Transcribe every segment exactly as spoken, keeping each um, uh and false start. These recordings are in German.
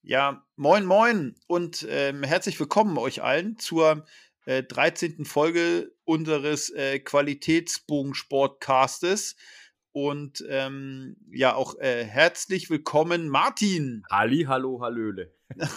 Ja, moin, moin und ähm, herzlich willkommen euch allen zur äh, dreizehnten Folge unseres äh, Qualitätsbogensportcastes. Und ähm, ja, auch äh, herzlich willkommen, Martin. Halli, hallo, hallöle.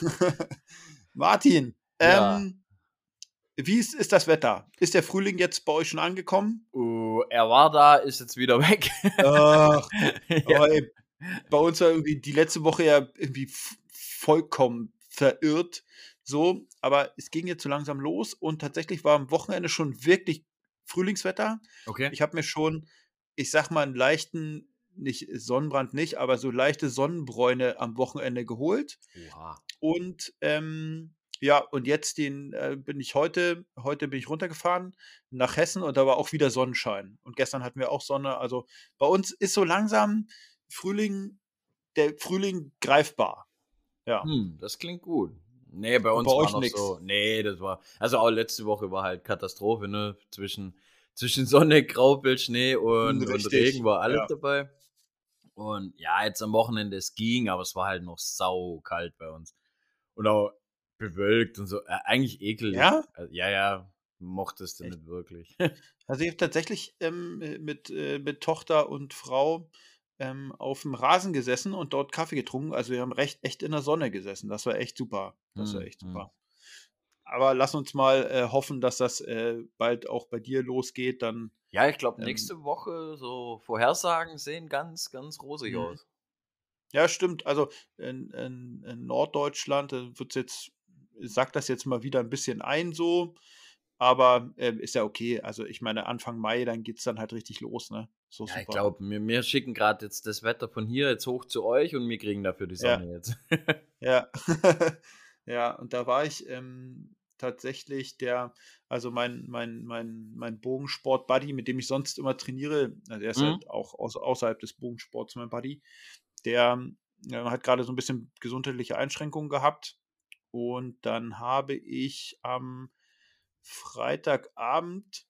Martin, Ja, ähm, wie ist, ist das Wetter? Ist der Frühling jetzt bei euch schon angekommen? uh, er war da, ist jetzt wieder weg. Ach, Ja. oh, ey, bei uns war irgendwie die letzte Woche ja irgendwie f- vollkommen verirrt. So, aber es ging jetzt so langsam los und tatsächlich war am Wochenende schon wirklich Frühlingswetter. Okay. Ich habe mir schon, ich sag mal, einen leichten, nicht Sonnenbrand nicht, aber so leichte Sonnenbräune am Wochenende geholt. Oha. Und ähm, ja, und jetzt den äh, bin ich heute, heute bin ich runtergefahren nach Hessen und da war auch wieder Sonnenschein. Und gestern hatten wir auch Sonne. Also bei uns ist so langsam Frühling, der Frühling greifbar. Ja. Hm, das klingt gut. Nee, bei Und bei uns war euch noch nix. so, nee, das war, also auch letzte Woche war halt Katastrophe, ne? Zwischen, zwischen Sonne, Graupel, Schnee Hm, und, und Regen richtig. war alles Ja. dabei. Und ja, jetzt am Wochenende, es ging, aber es war halt noch sau kalt bei uns. Und auch bewölkt und so, äh, eigentlich ekelig. Ja? Also, ja, ja, mochtest du Echt? nicht wirklich. Also ich habe tatsächlich ähm, äh, mit, äh, mit Tochter und Frau ähm, auf dem Rasen gesessen und dort Kaffee getrunken. Also wir haben recht echt in der Sonne gesessen. Das war echt super. Das war Hm, echt hm. super. Aber lass uns mal äh, hoffen, dass das äh, bald auch bei dir losgeht. Dann Ja, ich glaube, ähm, nächste Woche so Vorhersagen sehen ganz, ganz rosig mhm. aus. Ja, stimmt. Also in, in, in Norddeutschland äh, wird's jetzt, sagt das jetzt mal wieder ein bisschen ein so, aber ähm, ist ja okay. Also ich meine, Anfang Mai, dann geht's dann halt richtig los, ne? So Ja, ich super. glaube, wir, wir schicken gerade jetzt das Wetter von hier jetzt hoch zu euch und wir kriegen dafür die Ja, Sonne jetzt. ja. Ja, und da war ich ähm, tatsächlich der, also mein, mein, mein, mein Bogensport-Buddy, mit dem ich sonst immer trainiere, also er ist Mhm. halt auch aus, außerhalb des Bogensports mein Buddy, der äh, hat gerade so ein bisschen gesundheitliche Einschränkungen gehabt. Und dann habe ich am Freitagabend,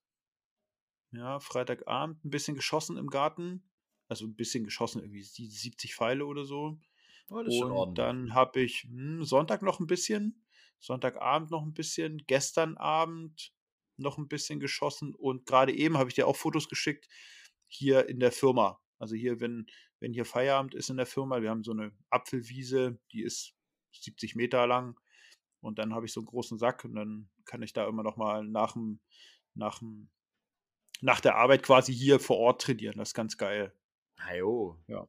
ja, Freitagabend ein bisschen geschossen im Garten. Also ein bisschen geschossen, irgendwie sie- siebzig Pfeile oder so. Oh, das ist schon Und ordentlich. dann habe ich hm, Sonntag noch ein bisschen, Sonntagabend noch ein bisschen, gestern Abend noch ein bisschen geschossen und gerade eben habe ich dir auch Fotos geschickt hier in der Firma. Also hier, wenn, wenn hier Feierabend ist in der Firma, wir haben so eine Apfelwiese, die ist siebzig Meter lang und dann habe ich so einen großen Sack und dann kann ich da immer noch mal nach dem, nach dem, nach der Arbeit quasi hier vor Ort trainieren. Das ist ganz geil. Ah, jo, Ja.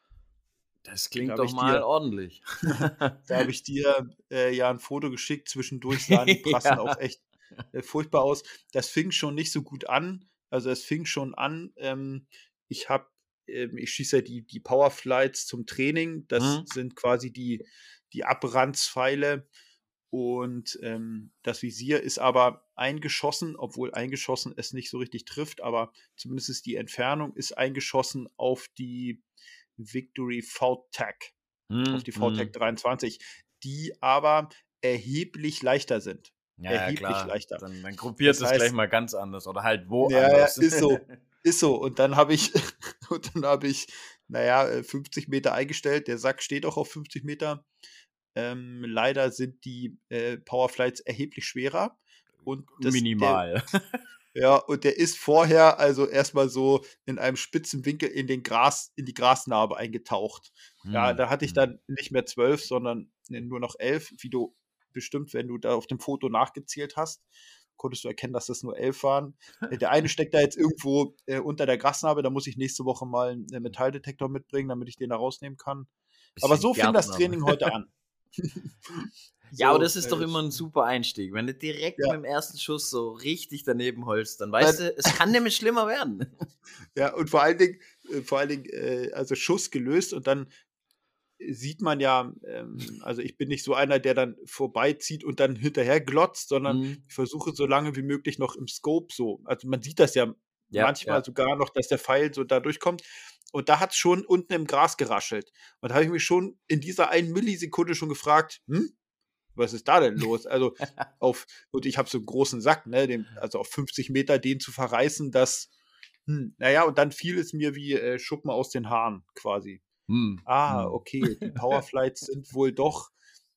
das Da klingt habe doch ich mal dir, ordentlich. Da habe ich dir, äh, ja ein Foto geschickt. Zwischendurch sahen die Prassen auch Ja. echt, äh, furchtbar aus. Das fing schon nicht so gut an. Also, es fing schon an, ähm, ich habe ähm, ich schieße ja die die Powerflights zum Training. Das Mhm. sind quasi die die Abranzpfeile und, ähm, das Visier ist aber eingeschossen, obwohl eingeschossen es nicht so richtig trifft, aber zumindest ist die Entfernung ist eingeschossen auf die Victory V-Tac auf Mhm. die V-Tech Mhm. dreiundzwanzig, die aber erheblich leichter sind. Ja, ja, Erheblich klar. leichter. Dann, dann gruppiert Das es gleich heißt, mal ganz anders oder halt ja, ja, woanders. ist so, ist so. Und dann habe ich, und dann habe ich, naja, äh, fünfzig Meter eingestellt. Der Sack steht auch auf fünfzig Meter. Ähm, leider sind die äh, Powerflights erheblich schwerer. Und das, der, Minimal. ja, und der ist vorher also erstmal so in einem spitzen Winkel in den Gras, in die Grasnarbe eingetaucht. Ja, Mhm. da hatte ich Mhm. dann nicht mehr zwölf, sondern äh, nur noch elf, wie du bestimmt, wenn du da auf dem Foto nachgezählt hast, konntest du erkennen, dass das nur elf waren. Äh, Der eine steckt da jetzt irgendwo äh, unter der Grasnarbe, da muss ich nächste Woche mal einen äh, Metalldetektor mitbringen, damit ich den da rausnehmen kann. Aber Bisschen so fing das Gärtner. Training heute an. Ja, aber So, das ist doch äh, immer ein super Einstieg. Wenn du direkt mit ja, dem ersten Schuss so richtig daneben holst, dann dann weißt du, es kann nämlich schlimmer werden. ja, und vor allen Dingen, äh, vor allen Dingen, äh, also Schuss gelöst und dann sieht man ja, ähm, also ich bin nicht so einer, der dann vorbeizieht und dann hinterher glotzt, sondern Mhm. ich versuche so lange wie möglich noch im Scope so. Also man sieht das ja Ja, manchmal ja. sogar noch, dass der Pfeil so da durchkommt. Und da hat es schon unten im Gras geraschelt. Und da habe ich mich schon in dieser einen Millisekunde schon gefragt, hm, was ist da denn los? Also auf, und ich habe so einen großen Sack, ne, den, also auf fünfzig Meter den zu verreißen, das, hm, naja, und dann fiel es mir wie äh, Schuppen aus den Haaren quasi. Mhm. Ah, Mhm. okay, die Powerflights sind wohl doch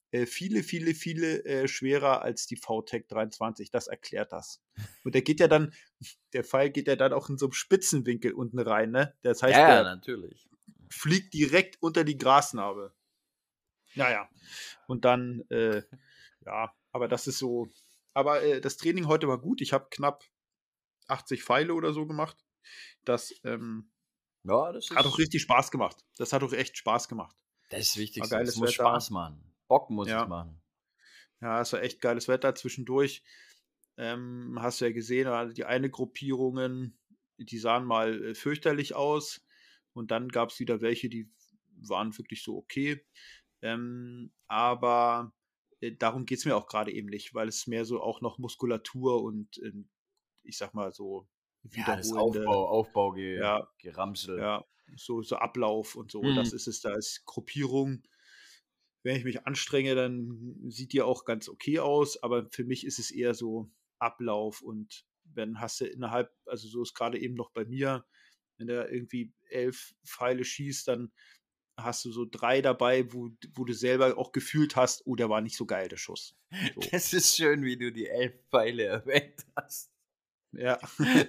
äh, viele, viele, viele äh, schwerer als die V TEC dreiundzwanzig. Das erklärt das. Und der geht ja dann, der Pfeil geht ja dann auch in so einem Spitzenwinkel unten rein, ne? Das Ja, heißt, ja, der natürlich. fliegt direkt unter die Grasnarbe. Naja, und dann, äh, ja, aber das ist so. Aber äh, das Training heute war gut. Ich habe knapp achtzig Pfeile oder so gemacht. Das ähm, Ja, das hat auch ist richtig Spaß gemacht. Das hat auch echt Spaß gemacht. das ist das War Wichtigste. Es geiles muss Wetter. Spaß machen. Bock muss es Ja, machen. ja, es war echt geiles Wetter zwischendurch. Ähm, hast du ja gesehen, also die eine Gruppierungen, die sahen mal äh, fürchterlich aus. Und dann gab es wieder welche, die waren wirklich so okay. Ähm, aber äh, darum geht es mir auch gerade eben nicht, weil es mehr so auch noch Muskulatur und ähm, ich sag mal so Ja, das wiederholende, Aufbau, Aufbau, ge, ja, Geramsel. ja, so, so Ablauf und so. Mhm. Das ist es, da ist Gruppierung. Wenn ich mich anstrenge, dann sieht die auch ganz okay aus, aber für mich ist es eher so Ablauf und wenn hast du innerhalb, also so ist gerade eben noch bei mir, wenn der irgendwie elf Pfeile schießt, dann hast du so drei dabei, wo, wo du selber auch gefühlt hast, oh, der war nicht so geil, der Schuss. So, Das ist schön, wie du die elf Pfeile erwähnt hast. ja.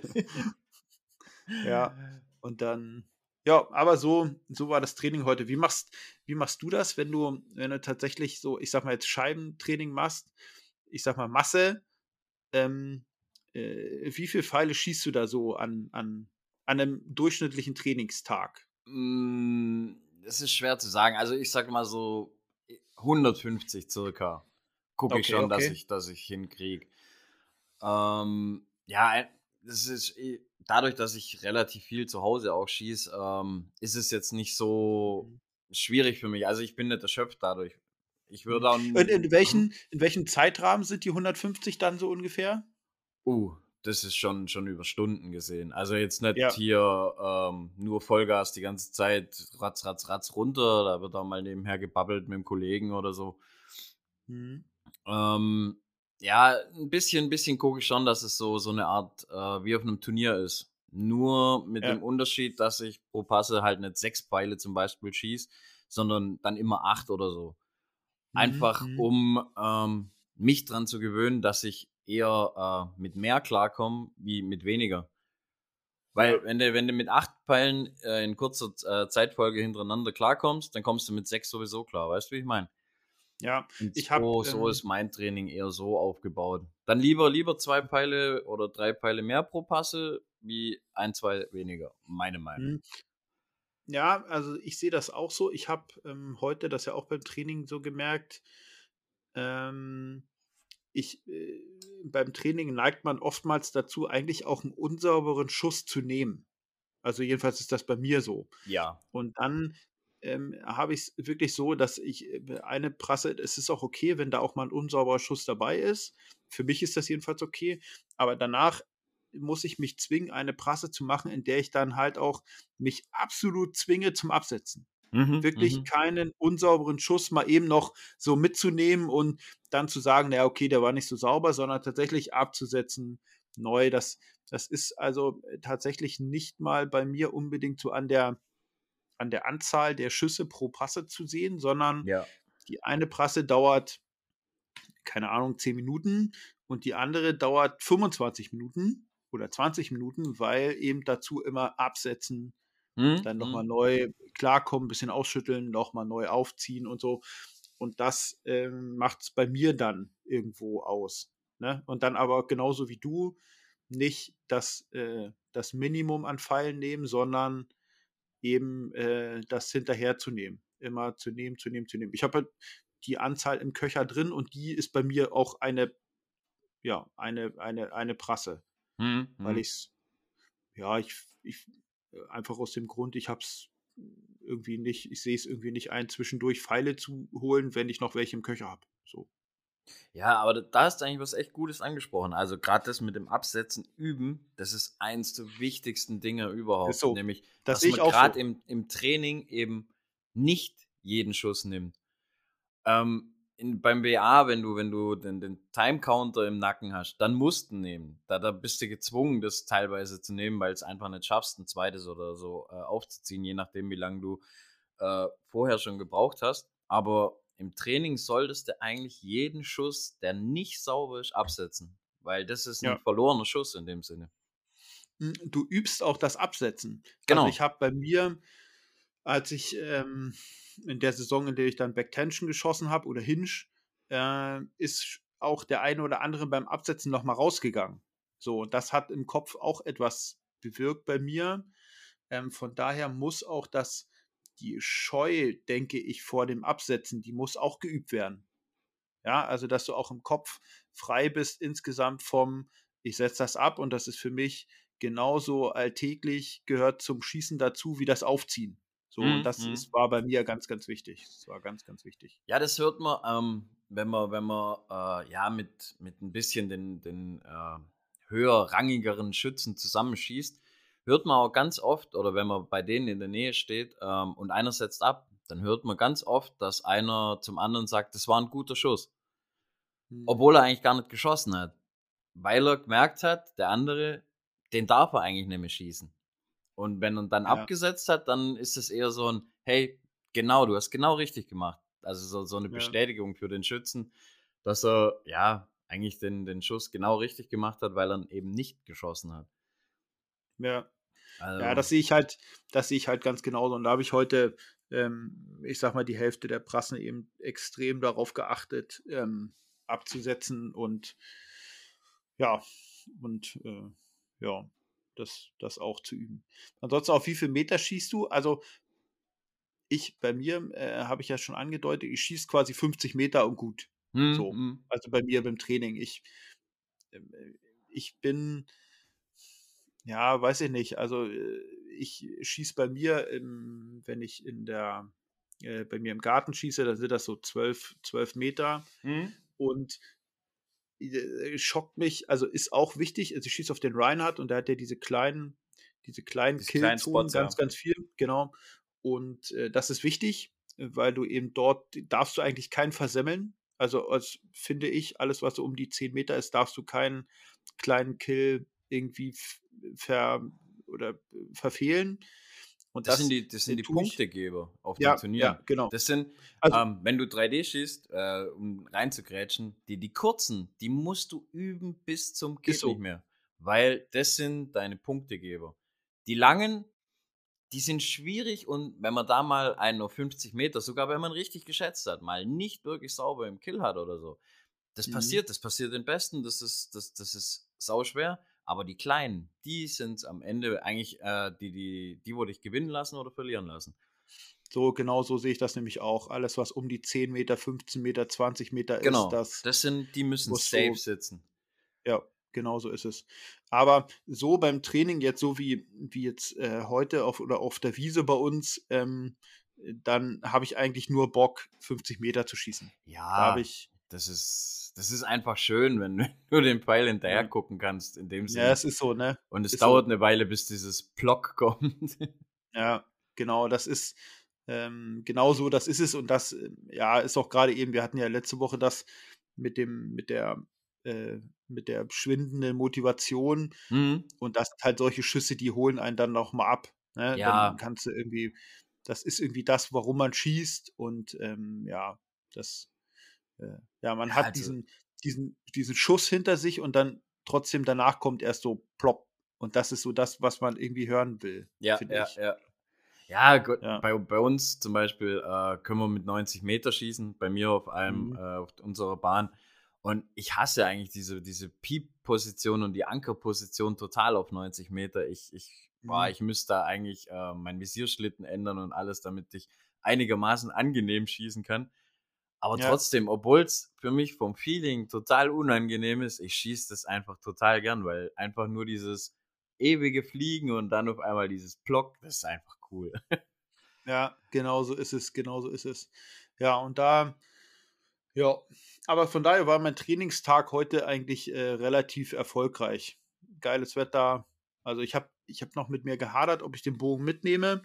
Ja, und dann, ja, aber so, so war das Training heute. Wie machst, wie machst du das, wenn du, wenn du tatsächlich so, ich sag mal jetzt Scheibentraining machst, ich sag mal Masse, ähm, äh, wie viele Pfeile schießt du da so an, an, an einem durchschnittlichen Trainingstag? Mm, Das ist schwer zu sagen. Also ich sag mal so hundertfünfzig circa. Gucke ich Okay, schon, dass okay. ich, dass ich hinkriege. Ähm, ja, ein- das ist eh- dadurch, dass ich relativ viel zu Hause auch schieße, ähm, ist es jetzt nicht so Mhm. schwierig für mich. Also ich bin nicht erschöpft dadurch. Ich Mhm. würde auch. Und in n- Mhm. welchen, in welchem Zeitrahmen sind die hundertfünfzig dann so ungefähr? Uh, das ist schon, schon über Stunden gesehen. Also jetzt nicht Ja. hier ähm, nur Vollgas die ganze Zeit, ratz, ratz, ratz runter. Da wird auch mal nebenher gebabbelt mit dem Kollegen oder so. Mhm. Ähm, ja, ein bisschen ein bisschen gucke ich schon, dass es so so eine Art, äh, wie auf einem Turnier ist. Nur mit Ja. dem Unterschied, dass ich pro Passe halt nicht sechs Pfeile zum Beispiel schieße, sondern dann immer acht oder so. Mhm. Einfach Mhm. um, ähm, mich dran zu gewöhnen, dass ich eher, äh, mit mehr klarkomme wie mit weniger. Weil Ja. wenn du wenn du mit acht Pfeilen, äh, in kurzer Z äh, Zeitfolge hintereinander klarkommst, dann kommst du mit sechs sowieso klar. Weißt du, wie ich meine? Ja. Und Ich habe, so so ähm, ist mein Training eher so aufgebaut. Dann lieber lieber zwei Pfeile oder drei Pfeile mehr pro Passe wie ein zwei weniger, meine Meinung. mhm. Ja, also ich sehe das auch so. Ich habe ähm, heute das ja auch beim Training so gemerkt. Ähm, ich, äh, beim Training neigt man oftmals dazu, eigentlich auch einen unsauberen Schuss zu nehmen. Also jedenfalls ist das bei mir so. Ja. Und dann ähm, habe ich es wirklich so, dass ich äh, eine Prasse, es ist auch okay, wenn da auch mal ein unsauberer Schuss dabei ist. Für mich ist das jedenfalls okay. Aber danach muss ich mich zwingen, eine Prasse zu machen, in der ich dann halt auch mich absolut zwinge zum Absetzen. Mhm, Wirklich mhm. keinen unsauberen Schuss mal eben noch so mitzunehmen und dann zu sagen, na ja, okay, der war nicht so sauber, sondern tatsächlich abzusetzen, neu. Das, das ist also äh, tatsächlich nicht mal bei mir unbedingt so an der, an der Anzahl der Schüsse pro Passe zu sehen, sondern Ja. die eine Prasse dauert, keine Ahnung, zehn Minuten und die andere dauert fünfundzwanzig Minuten oder zwanzig Minuten, weil eben dazu immer absetzen, Mhm, dann nochmal mhm. neu klarkommen, bisschen ausschütteln, nochmal neu aufziehen und so. Und das ähm, macht es bei mir dann irgendwo aus. Ne? Und dann aber genauso wie du nicht das, äh, das Minimum an Pfeilen nehmen, sondern eben äh, das hinterherzunehmen. Immer zu nehmen, zu nehmen, zu nehmen. Ich habe halt die Anzahl im Köcher drin und die ist bei mir auch eine, ja, eine, eine, eine Prasse, Mhm, weil mhm. ich es, ja, ich, ich äh, einfach aus dem Grund, ich habe es irgendwie nicht, ich sehe es irgendwie nicht ein, zwischendurch Pfeile zu holen, wenn ich noch welche im Köcher habe. So. Ja, aber da da hast du eigentlich was echt Gutes angesprochen. Also, gerade das mit dem Absetzen üben, das ist eins der wichtigsten Dinge Ist überhaupt, so. nämlich, Das dass sehe ich man auch gerade so. im im Training eben nicht jeden Schuss nimmt. Ähm, in beim W A, wenn du wenn du den den Time-Counter im Nacken hast, dann musst du nehmen. Da da bist du gezwungen, das teilweise zu nehmen, weil weil's einfach nicht schaffst, ein zweites oder so, äh, aufzuziehen, je nachdem, wie lange du, äh, vorher schon gebraucht hast. Aber im Training solltest du eigentlich jeden Schuss, der nicht sauber ist, absetzen, weil das ist 'n Ja. verlorener Schuss in dem Sinne. Hm, du übst auch das Absetzen. Also, ich Genau. habe bei mir, als ich, ähm in der Saison, in der ich dann Backtension geschossen habe oder Hinge, äh, ist sch auch der eine oder andere beim Absetzen noch mal rausgegangen. So, und das hat im Kopf auch etwas bewirkt bei mir. Ähm, von daher muss auch das die Scheu, denke ich, vor dem Absetzen, die muss auch geübt werden. Ja, also, dass du auch im Kopf frei bist insgesamt vom: „Ich setze das ab und das ist für mich genauso alltäglich, gehört zum Schießen dazu wie das Aufziehen.“ So, und Mhm, das mhm. ist war bei mir ganz, ganz wichtig. Das war ganz, ganz wichtig. Ja, das hört man, ähm, wenn man wenn man, äh, ja, mit mit 'n bisschen den den, äh, höherrangigeren Schützen zusammenschießt, hört man auch ganz oft oder wenn man bei denen in der Nähe steht, ähm, und einer setzt ab, dann hört man ganz oft, dass einer zum anderen sagt: „Das war 'n guter Schuss.“ Mhm. Obwohl er eigentlich gar nicht geschossen hat, weil er gemerkt hat, der andere, den darf er eigentlich nicht mehr schießen. Und wenn er dann Ja, abgesetzt hat, dann ist es eher so 'n: „Hey, genau, du hast genau richtig gemacht.“ Also, so so 'ne ja, Bestätigung für den Schützen, dass er, ja, eigentlich den den Schuss genau richtig gemacht hat, weil er ihn eben nicht geschossen hat. ja. Ja, Also das sehe ich halt das sehe ich halt ganz genauso. Und da habe ich heute, ähm, ich sage mal, die Hälfte der Prassen eben extrem darauf geachtet, ähm, abzusetzen und ja, und, äh, ja, das das auch zu üben. Ansonsten, auf wie viel Meter schießt du? Also, ich bei mir, äh, habe ich ja schon angedeutet, ich schieße quasi fünfzig Meter und gut. mhm, So, mhm. also bei mir beim Training. Ich, ähm, äh ich bin ja, weiß ich nicht. Also, äh, ich schieße bei mir im wenn ich in der äh, bei mir im Garten schieße, dann sind das so zwölf zwölf Meter Mhm. und, äh, schockt mich, also, ist auch wichtig. Also, ich schieße auf den Reinhardt und der hat ja diese kleinen diese kleinen Diese kleinen Killzonen, Spots, ganz, ja. ganz viel, genau. Und, äh, das ist wichtig, äh, weil du eben dort darfst du eigentlich keinen versemmeln. Also, als finde ich, alles, was so um die zehn Meter ist, darfst du keinen kleinen Kill irgendwie v ver oder, äh, verfehlen. Und Das sind das, die das sind äh, die tue ich Punktegeber auf den ja, ja, Turnieren. genau. Das sind, Also, ähm, wenn du drei D schießt, äh, um reinzugrätschen, die die kurzen, die musst du üben bis zum ist geht nicht so. mehr, weil das sind deine Punktegeber. Die langen, die sind schwierig und wenn man da mal einen auf fünfzig Meter, sogar wenn man richtig geschätzt hat, mal nicht wirklich sauber im Kill hat oder so, das Mhm. passiert, das passiert den Besten, das ist das das ist sauschwer, aber die Kleinen, die sind's am Ende eigentlich, äh, die die die wo dich gewinnen lassen oder verlieren lassen. So, genau so sehe ich das nämlich auch. Alles, was um die zehn Meter, fünfzehn Meter, zwanzig Meter ist, Genau, das das sind die müssen musst safe du sitzen. ja, genau so ist es. Aber so beim Training jetzt so wie wie jetzt, äh, heute auf oder auf der Wiese bei uns, ähm, äh, dann habe ich eigentlich nur Bock, fünfzig Meter zu schießen. Da habe Ja, ich das ist das ist einfach schön, wenn du den Pfeil hinterher ja, gucken kannst in dem ja, Sinne. es ist so, ne? Und es Ist so. dauert 'ne Weile, bis dieses Plock kommt. Ja, genau, das ist, ähm, genau so, das ist es und das, ähm, ja, ist auch gerade eben, wir hatten ja letzte Woche das mit dem mit der äh, mit der schwindenden Motivation Mhm. und das sind halt solche Schüsse, die holen einen dann noch mal ab, ne? Dann Ja, kannst du irgendwie das ist irgendwie das, warum man schießt und, ähm, ja, das äh, ja, man ja, hat also diesen diesen diesen Schuss hinter sich und dann trotzdem danach kommt erst so plopp und das ist so das, was man irgendwie hören will, ja, finde ja, ich. ja. Ja, Gott, Ja. bei bei uns zum Beispiel, äh, können wir mit neunzig Meter schießen, bei mir auf einem Mhm. äh, auf unserer Bahn. Und ich hasse eigentlich diese diese Piep-Position und die Ankerposition total auf neunzig Meter. Ich ich boah, Mhm. ich müsste da eigentlich, äh, meinen Visierschlitten ändern und alles, damit ich einigermaßen angenehm schießen kann. Aber Ja, trotzdem, obwohl es für mich vom Feeling total unangenehm ist, ich schieße das einfach total gern, weil einfach nur dieses ewige Fliegen und dann auf einmal dieses Plock, das ist einfach cool. ja, genau so ist es, genau so ist es. Ja, und da ja, aber von daher war mein Trainingstag heute eigentlich, äh, relativ erfolgreich. Geiles Wetter. Also, ich habe ich habe noch mit mir gehadert, ob ich den Bogen mitnehme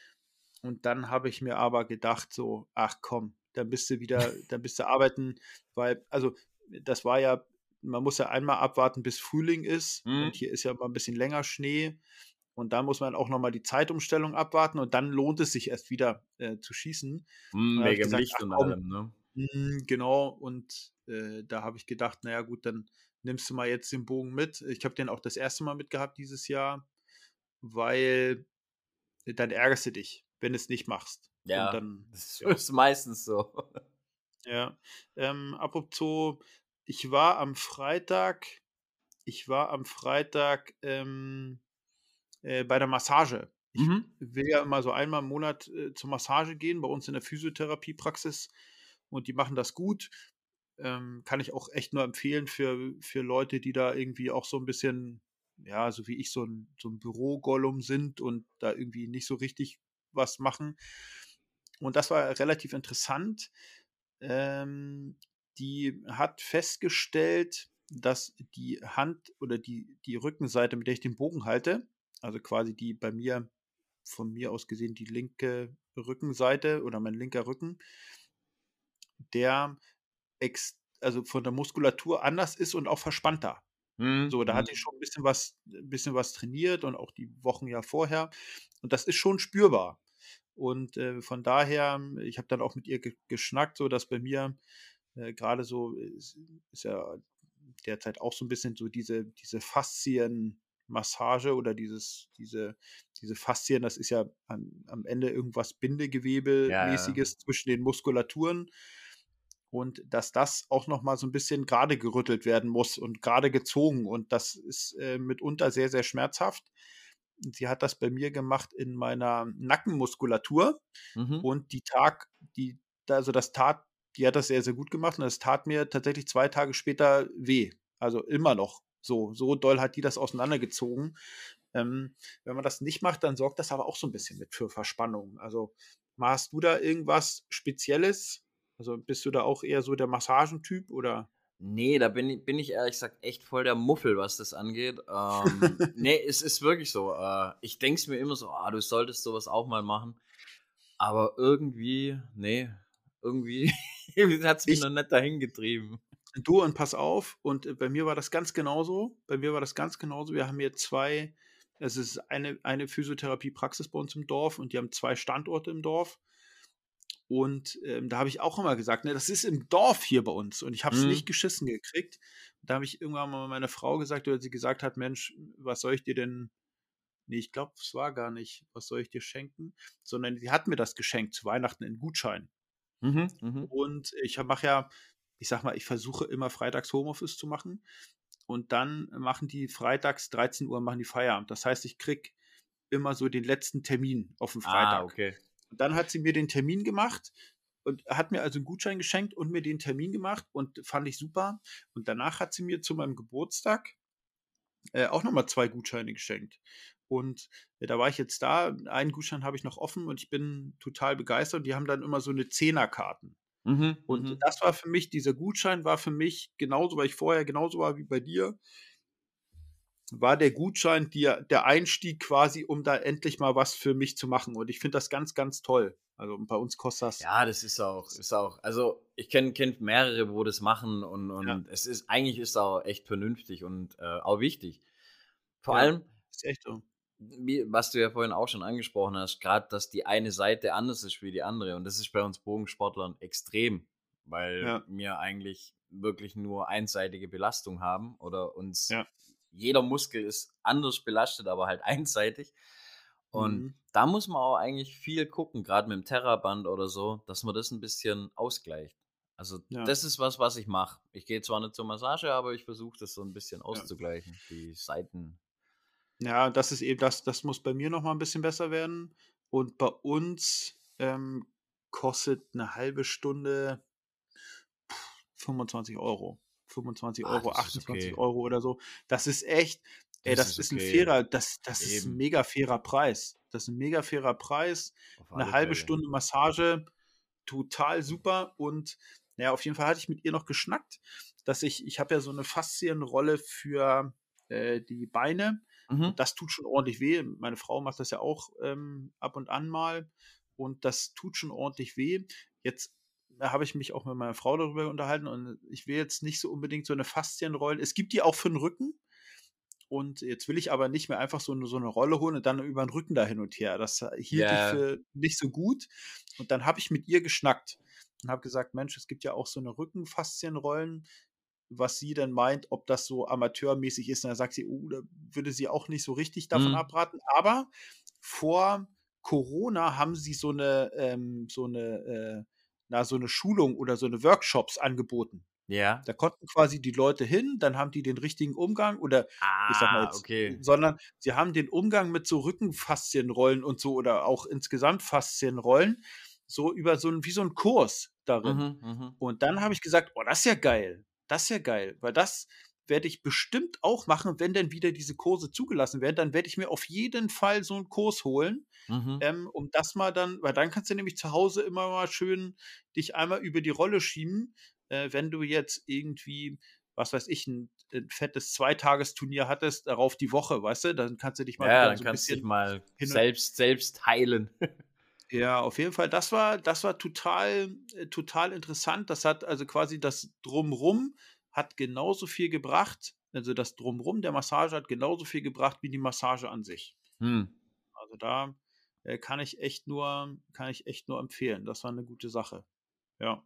und dann habe ich mir aber gedacht so: „Ach komm, dann bist du wieder dann bist du arbeiten“, weil also, das war ja man muss ja einmal abwarten, bis Frühling ist und Mhm. hier ist ja immer 'n bisschen länger Schnee. Und dann muss man auch noch mal die Zeitumstellung abwarten und dann lohnt es sich erst wieder, äh, zu schießen. Und Mhm, da habe ich wegen dem gesagt: Licht „Ach und komm, allem, ne? Mhm, genau und, äh, da habe ich gedacht: „Na ja gut, dann nimmst du mal jetzt den Bogen mit.“ Ich habe den auch das erste Mal mitgehabt dieses Jahr, weil dann ärgerst du dich, wenn du's nicht machst. Und Ja, dann das ja, ist meistens so. ja. Ähm, apropos, ich war am Freitag ich war am Freitag, ähm, äh, bei der Massage. Ich Mhm. will ja immer so einmal im Monat, äh, zur Massage gehen bei uns in der Physiotherapiepraxis und die machen das gut. Ähm, kann ich auch echt nur empfehlen für für Leute, die da irgendwie auch so ein bisschen, ja, so wie ich, so ein so 'n Bürogollum sind und da irgendwie nicht so richtig was machen. Und das war relativ interessant. Ähm, Die hat festgestellt, dass die Hand oder die die Rückenseite, mit der ich den Bogen halte, also quasi die bei mir von mir aus gesehen die linke Rückenseite oder mein linker Rücken, der ex also von der Muskulatur anders ist und auch verspannter. Mhm, So, da mhm. hatte ich schon 'n bisschen was 'n bisschen was trainiert und auch die Wochen ja vorher. Und das ist schon spürbar. Und, äh, von daher ich habe dann auch mit ihr ge geschnackt, so dass bei mir, äh, grade so ist ist ja derzeit auch so 'n bisschen so diese diese Faszienmassage oder dieses diese diese Faszien, das ist ja am am Ende irgendwas Ja, ja. Bindegewebemäßiges zwischen den Muskulaturen und dass das auch noch mal so 'n bisschen grade gerüttelt werden muss und grade gezogen und das ist, äh, mitunter sehr, sehr schmerzhaft. Sie hat das bei mir gemacht in meiner Nackenmuskulatur Mhm. und die Tag die also, das tat die hat das sehr, sehr gut gemacht und das tat mir tatsächlich zwei Tage später weh. Also, immer noch so. So doll hat die das auseinandergezogen. Ähm, Wenn man das nicht macht, dann sorgt das aber auch so 'n bisschen mit für Verspannung. Also, machst du da irgendwas Spezielles? Also, bist du da auch eher so der Massagentyp oder? Ne, da bin i bin ich ehrlich gesagt echt voll der Muffel, was das angeht. Ähm, ne, es ist wirklich so. Äh, ich denke es mir immer so: „Ah, du solltest so was auch mal machen.“ Aber irgendwie, ne, irgendwie hat's mich Ich noch nicht dahin getrieben. Du und pass auf, und, äh, bei mir war das ganz genauso. Bei mir war das ganz genauso. Wir haben hier zwei Es ist eine eine Physiotherapiepraxis bei uns im Dorf und die haben zwei Standorte im Dorf. Und, ähm, da habe ich auch immer gesagt, ne, das ist im Dorf hier bei uns und ich habe es nicht Mhm, geschissen gekriegt. Da habe ich irgendwann mal meiner Frau gesagt, weil sie gesagt hat: „Mensch, was soll ich dir denn“, ne, ich glaube, es war gar nicht: „Was soll ich dir schenken?“, sondern sie hat mir das geschenkt zu Weihnachten, 'n Gutschein. mhm, mhm. Und ich mache ja ich sage mal, ich versuche immer freitags Homeoffice zu machen und dann machen die freitags dreizehn Uhr machen die Feierabend. Das heißt, ich kriege immer so den letzten Termin auf auf'n Ah, Freitag. okay. Und dann hat sie mir den Termin gemacht und hat mir also 'n Gutschein geschenkt und mir den Termin gemacht und fand ich super. Und danach hat sie mir zu meinem Geburtstag, äh, auch noch mal zwei Gutscheine geschenkt. Und, äh, da war ich jetzt da. Einen Gutschein habe ich noch offen und ich bin total begeistert. Die haben dann immer so 'ne Zehnerkarten. Mhm, Und mhm. das war für mich dieser Gutschein war für mich genauso, weil ich vorher genauso war wie bei dir, war der Gutschein der der Einstieg quasi, um da endlich mal was für mich zu machen. Und ich finde das ganz, ganz toll. Also, bei uns kostet das Ja, das ist auch ist auch also, ich kenne kenne mehrere, wo das machen und ja, und es ist eigentlich ist auch echt vernünftig und, äh, auch wichtig. Vor ja, allem, ist echt so. wie was du ja vorhin auch schon angesprochen hast, gerade, dass die eine Seite anders ist wie die andere und das ist bei uns Bogensportlern extrem, weil Ja, wir eigentlich wirklich nur einseitige Belastung haben oder uns ja, jeder Muskel ist anders belastet, aber halt einseitig. Und mhm, da muss man auch eigentlich viel gucken, gerade mit dem Terraband oder so, dass man das ein bisschen ausgleicht. Also, ja, das ist was, was ich mache. Ich gehe zwar nicht zur Massage, aber ich versuche das so ein bisschen ja. auszugleichen, die Seiten. Ja, das ist eben das das muss bei mir noch mal 'n bisschen besser werden. Und bei uns, ähm, kostet 'ne halbe Stunde fünfundzwanzig Euro, fünfundzwanzig Ah, Euro, das ist achtundzwanzig okay. Euro oder so. Das ist echt ey, Das das ist ist 'n okay. fairer das das ist 'n Eben, mega fairer Preis. Das ist 'n mega fairer Preis. auf 'Ne alle halbe Fälle. Stunde Massage, total super und na ja, auf jeden Fall hatte ich mit ihr noch geschnackt, dass ich ich habe ja so 'ne Faszienrolle für, äh, die Beine und Mhm, das tut schon ordentlich weh. Meine Frau macht das ja auch, ähm, ab und an mal und das tut schon ordentlich weh. Jetzt da habe ich mich auch mit meiner Frau darüber unterhalten und ich will jetzt nicht so unbedingt so 'ne Faszienrolle. Es gibt die auch für 'n Rücken und jetzt will ich aber nicht mehr einfach so 'ne so 'ne Rolle holen und dann über 'n Rücken da hin und her. Das, äh, hielt ich ja, für nicht so gut und dann habe ich mit ihr geschnackt und habe gesagt: „Mensch, es gibt ja auch so 'ne Rückenfaszienrollen", was sie dann meint, ob das so amateurmäßig ist. Und dann sagt sie: „Oh, da würde sie auch nicht so richtig davon Mhm. abraten." Aber vor Corona haben sie so 'ne ähm, so 'ne, äh na, so 'ne Schulung oder so 'ne Workshops angeboten. Ja. Da konnten quasi die Leute hin, dann haben die den richtigen Umgang oder ich sage mal Ah, jetzt okay. sondern sie haben den Umgang mit so Rückenfaszienrollen und so oder auch insgesamt Faszienrollen so über so 'n wie so 'n Kurs darin. Mhm, mhm. Und dann habe ich gesagt: „Oh, das ist ja geil. Das ist ja geil." Weil das werde ich bestimmt auch machen, wenn denn wieder diese Kurse zugelassen werden. Dann werde ich mir auf jeden Fall so 'n Kurs holen, Mhm. ähm, um das mal dann weil dann kannst du nämlich zu Hause immer mal schön dich einmal über die Rolle schieben, äh, wenn du jetzt irgendwie, was weiß ich, 'n 'n fettes Zweitagesturnier hattest, darauf die Woche, weißt du? Dann kannst du dich mal Ja, wieder dann so 'n kannst du dich bisschen mal hin und selbst selbst heilen. ja, auf jeden Fall, das war das war total äh, total interessant. Das hat also quasi das Drumrum hat genauso viel gebracht also das Drumrum der Massage hat genauso viel gebracht wie die Massage an sich. Hm. Also da, äh, kann ich echt nur kann ich echt nur empfehlen. Das war 'ne gute Sache. Ja.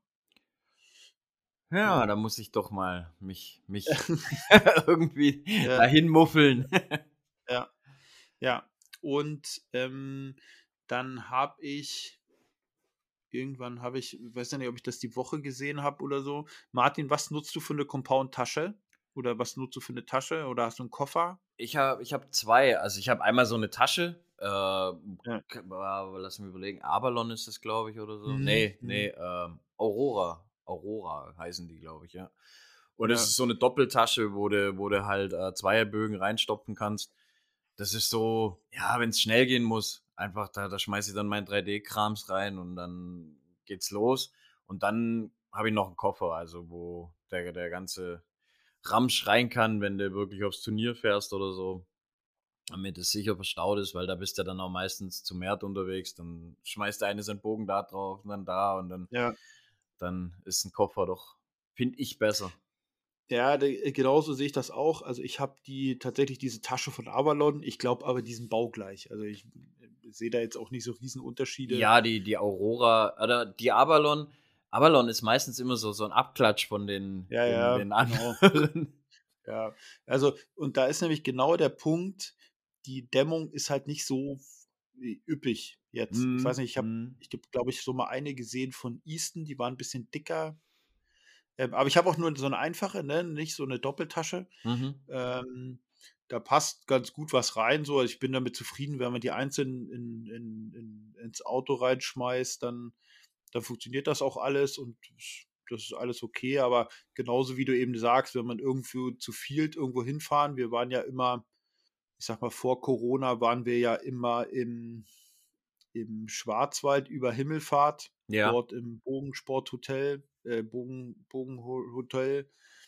Ja, Ja. da muss ich doch mal mich mich irgendwie Ja. dahin muffeln. Ja. Ja. Und, ähm, dann habe ich irgendwann habe ich weiß ja nicht, ob ich das die Woche gesehen habe oder so. Martin, was nutzt du für 'ne Compound-Tasche? Oder was nutzt du für 'ne Tasche oder hast du 'n Koffer? Ich habe ich habe zwei. Also, ich habe einmal so 'ne Tasche, äh, Ja. k boah, lass mich überlegen, Avalon ist das, glaube ich, oder so. Mhm, Ne, mhm. ne, ähm, Aurora. Aurora heißen die, glaube ich, ja. Und das Ja. ist so 'ne Doppeltasche, wo du wo du halt, äh, Zweierbögen reinstopfen kannst. Das ist so ja, wenn's schnell gehen muss, einfach da da schmeiße ich dann meinen drei D-Krams rein und dann geht's los. Und dann habe ich noch 'n Koffer, also wo der der ganze Ramsch rein kann, wenn du wirklich aufs Turnier fährst oder so, damit es sicher verstaut ist, weil da bist du ja dann auch meistens zu Mehrt unterwegs. Dann schmeißt der eine seinen Bogen da drauf und dann da und dann Ja. dann ist 'n Koffer doch, finde ich, besser. Ja, de äh, genauso sehe ich das auch. Also, ich habe die tatsächlich diese Tasche von Avalon. Ich glaube aber, die sind baugleich. Also, ich, äh, sehe da jetzt auch nicht so Riesenunterschiede. Ja, die die Aurora oder die Avalon Avalon ist meistens immer so so 'n Abklatsch von den Ja, den ja, den genau. anderen. Ja, also und da ist nämlich genau der Punkt, die Dämmung ist halt nicht so f ü üppig jetzt. Ich weiß Mhm, nicht, ich habe mhm. ich habe, glaube ich, so mal eine gesehen von Easton, die war 'n bisschen dicker. Ähm, aber ich habe auch nur so 'ne einfache, ne, nicht so 'ne Doppeltasche. Mhm. Ähm, da passt ganz gut was rein so. Ich bin damit zufrieden, wenn man die einzeln in in in ins Auto reinschmeißt, dann dann funktioniert das auch alles und das das ist alles okay. Aber genauso wie du eben sagst, wenn man irgendwo zu viert irgendwo hinfahren wir waren ja immer ich sage mal, vor Corona waren wir ja immer im im Schwarzwald über Himmelfahrt, Ja. dort im Bogensporthotel äh, Bogen Bogenho Hotel.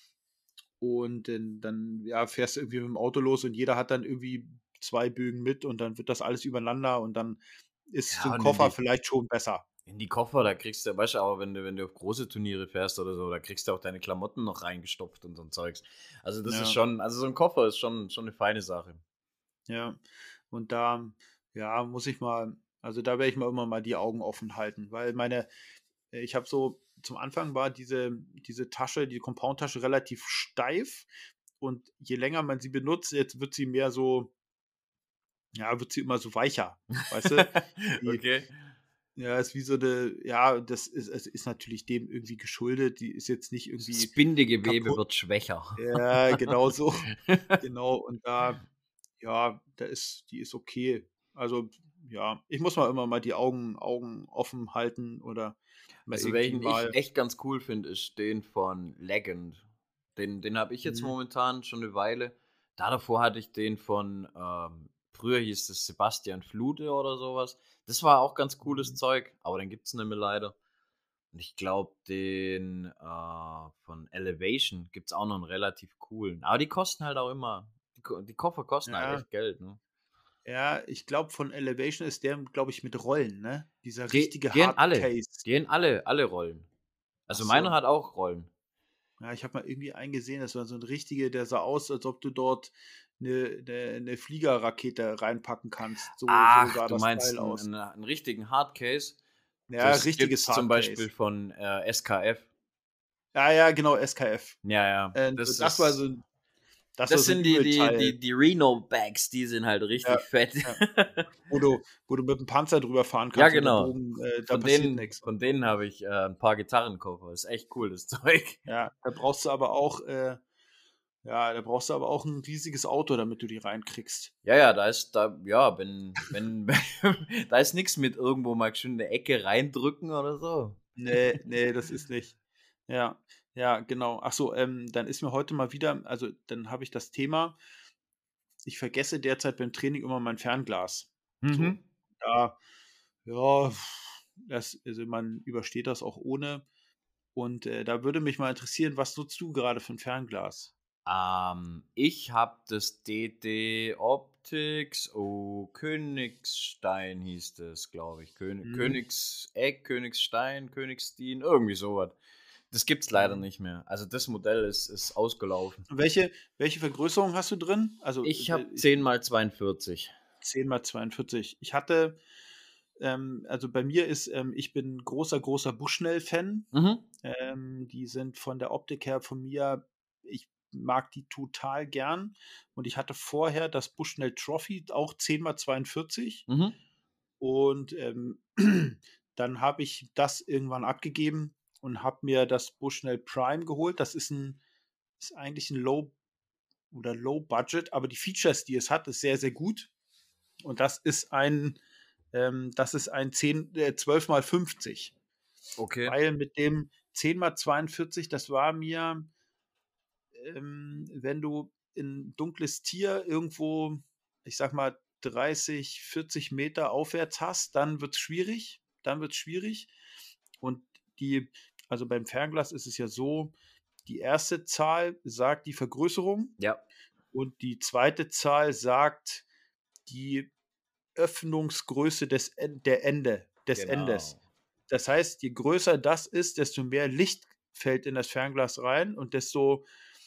Und denn dann, ja, fährst du irgendwie mit'm Auto los und jeder hat dann irgendwie zwei Bögen mit und dann wird das alles übereinander und dann ist so Ja, 'n und in Koffer die vielleicht schon besser. in die Koffer, da kriegst du weißt du auch, wenn du wenn du auf große Turniere fährst oder so, da kriegst du auch deine Klamotten noch reingestopft und so 'n Zeugs. Also, das ist Ja. schon also, so 'n Koffer ist schon schon 'ne feine Sache. Ja. Und da, ja, muss ich mal also, da werde ich mir immer mal die Augen offen halten, weil meine äh, ich habe so zum Anfang war diese diese Tasche, die Compound-Tasche relativ steif und je länger man sie benutzt, jetzt wird sie mehr so ja, wird sie immer so weicher, weißt du? Die Okay. ja, ist wie so 'ne ja, das ist es ist natürlich dem irgendwie geschuldet. Die ist jetzt nicht Das das irgendwie Bindegewebe kaputt. wird schwächer. Ja, genau so. Genau, und da ja, da ist die ist okay. Also, ja, ich muss mal immer mal die Augen Augen offen halten oder mal Also, irgendwie welchen ich mal echt ganz cool finde, ist den von Legend. Den den habe ich jetzt Mhm. momentan schon 'ne Weile. Da davor hatte ich den von, ähm früher hieß das Sebastian Flute oder so was. Das war auch ganz cooles Mhm. Zeug, aber den gibt's nicht mehr leider. Und ich glaube, den, äh, von Elevation gibt's auch noch 'n relativ coolen. Aber die kosten halt auch immer die Ko die Koffer kosten halt Ja. echt Geld, ne? Ja, ich glaube, von Elevation ist der, glaube ich, mit Rollen, ne? Dieser Ge richtige gehen alle Hardcase. gehen alle alle Rollen. Ach Also, meiner so. hat auch Rollen. Ja, ich habe mal irgendwie einen gesehen, das war so 'n richtiger, der sah aus, als ob du dort 'ne 'ne 'ne Fliegerrakete reinpacken kannst. So so Ach, sah du das meinst Teil 'n aus. 'n 'n richtigen Hardcase? Ja, Das richtiges gibt's zum Hardcase. Beispiel von, äh, S K F. Ja, ja, genau, S K F. Ja, ja, Äh, das das war so ist 'n das war das so 'n sind die die Übelteil. die die Reno-Bags, die sind halt Ja, richtig fett. ja. Wo du wo du mit'm Panzer drüber fahren Ja, kannst und der genau. Bogen äh, da Von passiert denen nix und von so. denen habe ich, äh, 'n paar Gitarrenkoffer. Ist echt cool, das Zeug. Ja, da brauchst du aber auch äh, ja, da brauchst du aber auch 'n riesiges Auto, damit du die reinkriegst. Ja, ja, da ist da ja, wenn wenn da ist nix mit irgendwo mal schön in 'ne Ecke reindrücken oder so. Ne, ne, das ist nicht ja, ja, genau. Ach so, ähm, dann ist mir heute mal wieder also, dann habe ich das Thema ich vergesse derzeit beim Training immer mein Fernglas. So, Mhm. da ja, das also, man übersteht das auch ohne. Und, äh, da würde mich mal interessieren, was nutzt du grade für 'n Fernglas? Ähm, ich habe das D D Optics, oh, Königstein hieß das, glaube ich. Köni Mhm. Königseck, Königstein, Königsdien, irgendwie so was. Das gibt's leider Mhm. nicht mehr. Also, das Modell ist ist ausgelaufen. Welche welche Vergrößerung hast du drin? Also, Ich äh, habe ich zehn mal zweiundvierzig. zehn mal zweiundvierzig. Ich hatte ähm, also, bei mir ist ähm, ich bin großer, großer Bushnell-Fan. Mhm. Ähm, die sind von der Optik her von mir ich mag die total gern. Und ich hatte vorher das Bushnell Trophy, auch zehn mal zweiundvierzig. Mhm. Und, ähm, dann habe ich das irgendwann abgegeben und habe mir das Bushnell Prime geholt. Das ist 'n ist eigentlich 'n Low oder Low Budget, aber die Features, die es hat, ist sehr, sehr gut. Und das ist ein ähm, das ist ein zehn äh, zwölf mal fünfzig. Okay. Weil mit dem zehn mal zweiundvierzig, das war mir ähm, wenn du 'n dunkles Tier irgendwo, ich sage mal, dreißig, vierzig Meter aufwärts hast, dann wird's schwierig dann wird's schwierig. Und die also, beim Fernglas ist es ja so, die erste Zahl sagt die Vergrößerung Ja. und die zweite Zahl sagt die Öffnungsgröße des En der Ende des Endes. Genau. Das heißt, je größer das ist, desto mehr Licht fällt in das Fernglas rein und desto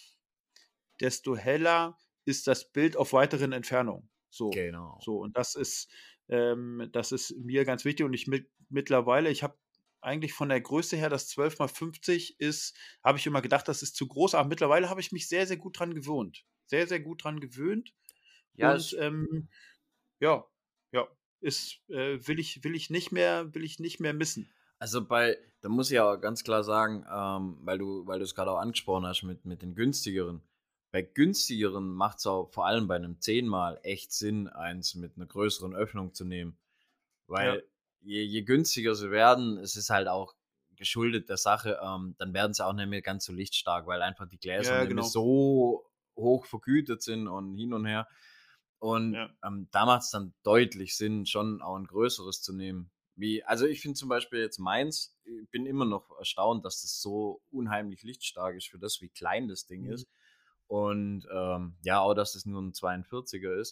desto heller ist das Bild auf weiteren Entfernungen. So, Genau. so und das ist ähm, das ist mir ganz wichtig und ich mit mittlerweile ich habe eigentlich von der Größe her das zwölf mal fünfzig ist habe ich immer gedacht, das ist zu groß, aber mittlerweile habe ich mich sehr, sehr gut dran gewohnt. Sehr, sehr gut dran gewöhnt Ja, und, es ähm, ja, ja, ist äh, will ich will ich nicht mehr will ich nicht mehr missen. Also, bei da muss ich aber ganz klar sagen, ähm, weil du weil du's grad auch angesprochen hast mit mit den günstigeren. Bei günstigeren macht's auch vor allem bei 'nem zehn mal echt Sinn, eins mit 'ner größeren Öffnung zu nehmen. Ja. Weil je je günstiger sie werden, es ist halt auch geschuldet der Sache, ähm, dann werden sie auch nicht mehr ganz so lichtstark, weil einfach die Gläser Ja, nicht mehr genau. so hoch vergütet sind und hin und her. Und, Ja. ähm, da macht's dann deutlich Sinn, schon auch 'n größeres zu nehmen. Wie also, ich finde zum Beispiel jetzt meins äh, bin immer noch erstaunt, dass das so unheimlich lichtstark ist für das, wie klein das Ding Mhm. ist. Und, ähm, ja, auch, dass das nur 'n zweiundvierziger ist.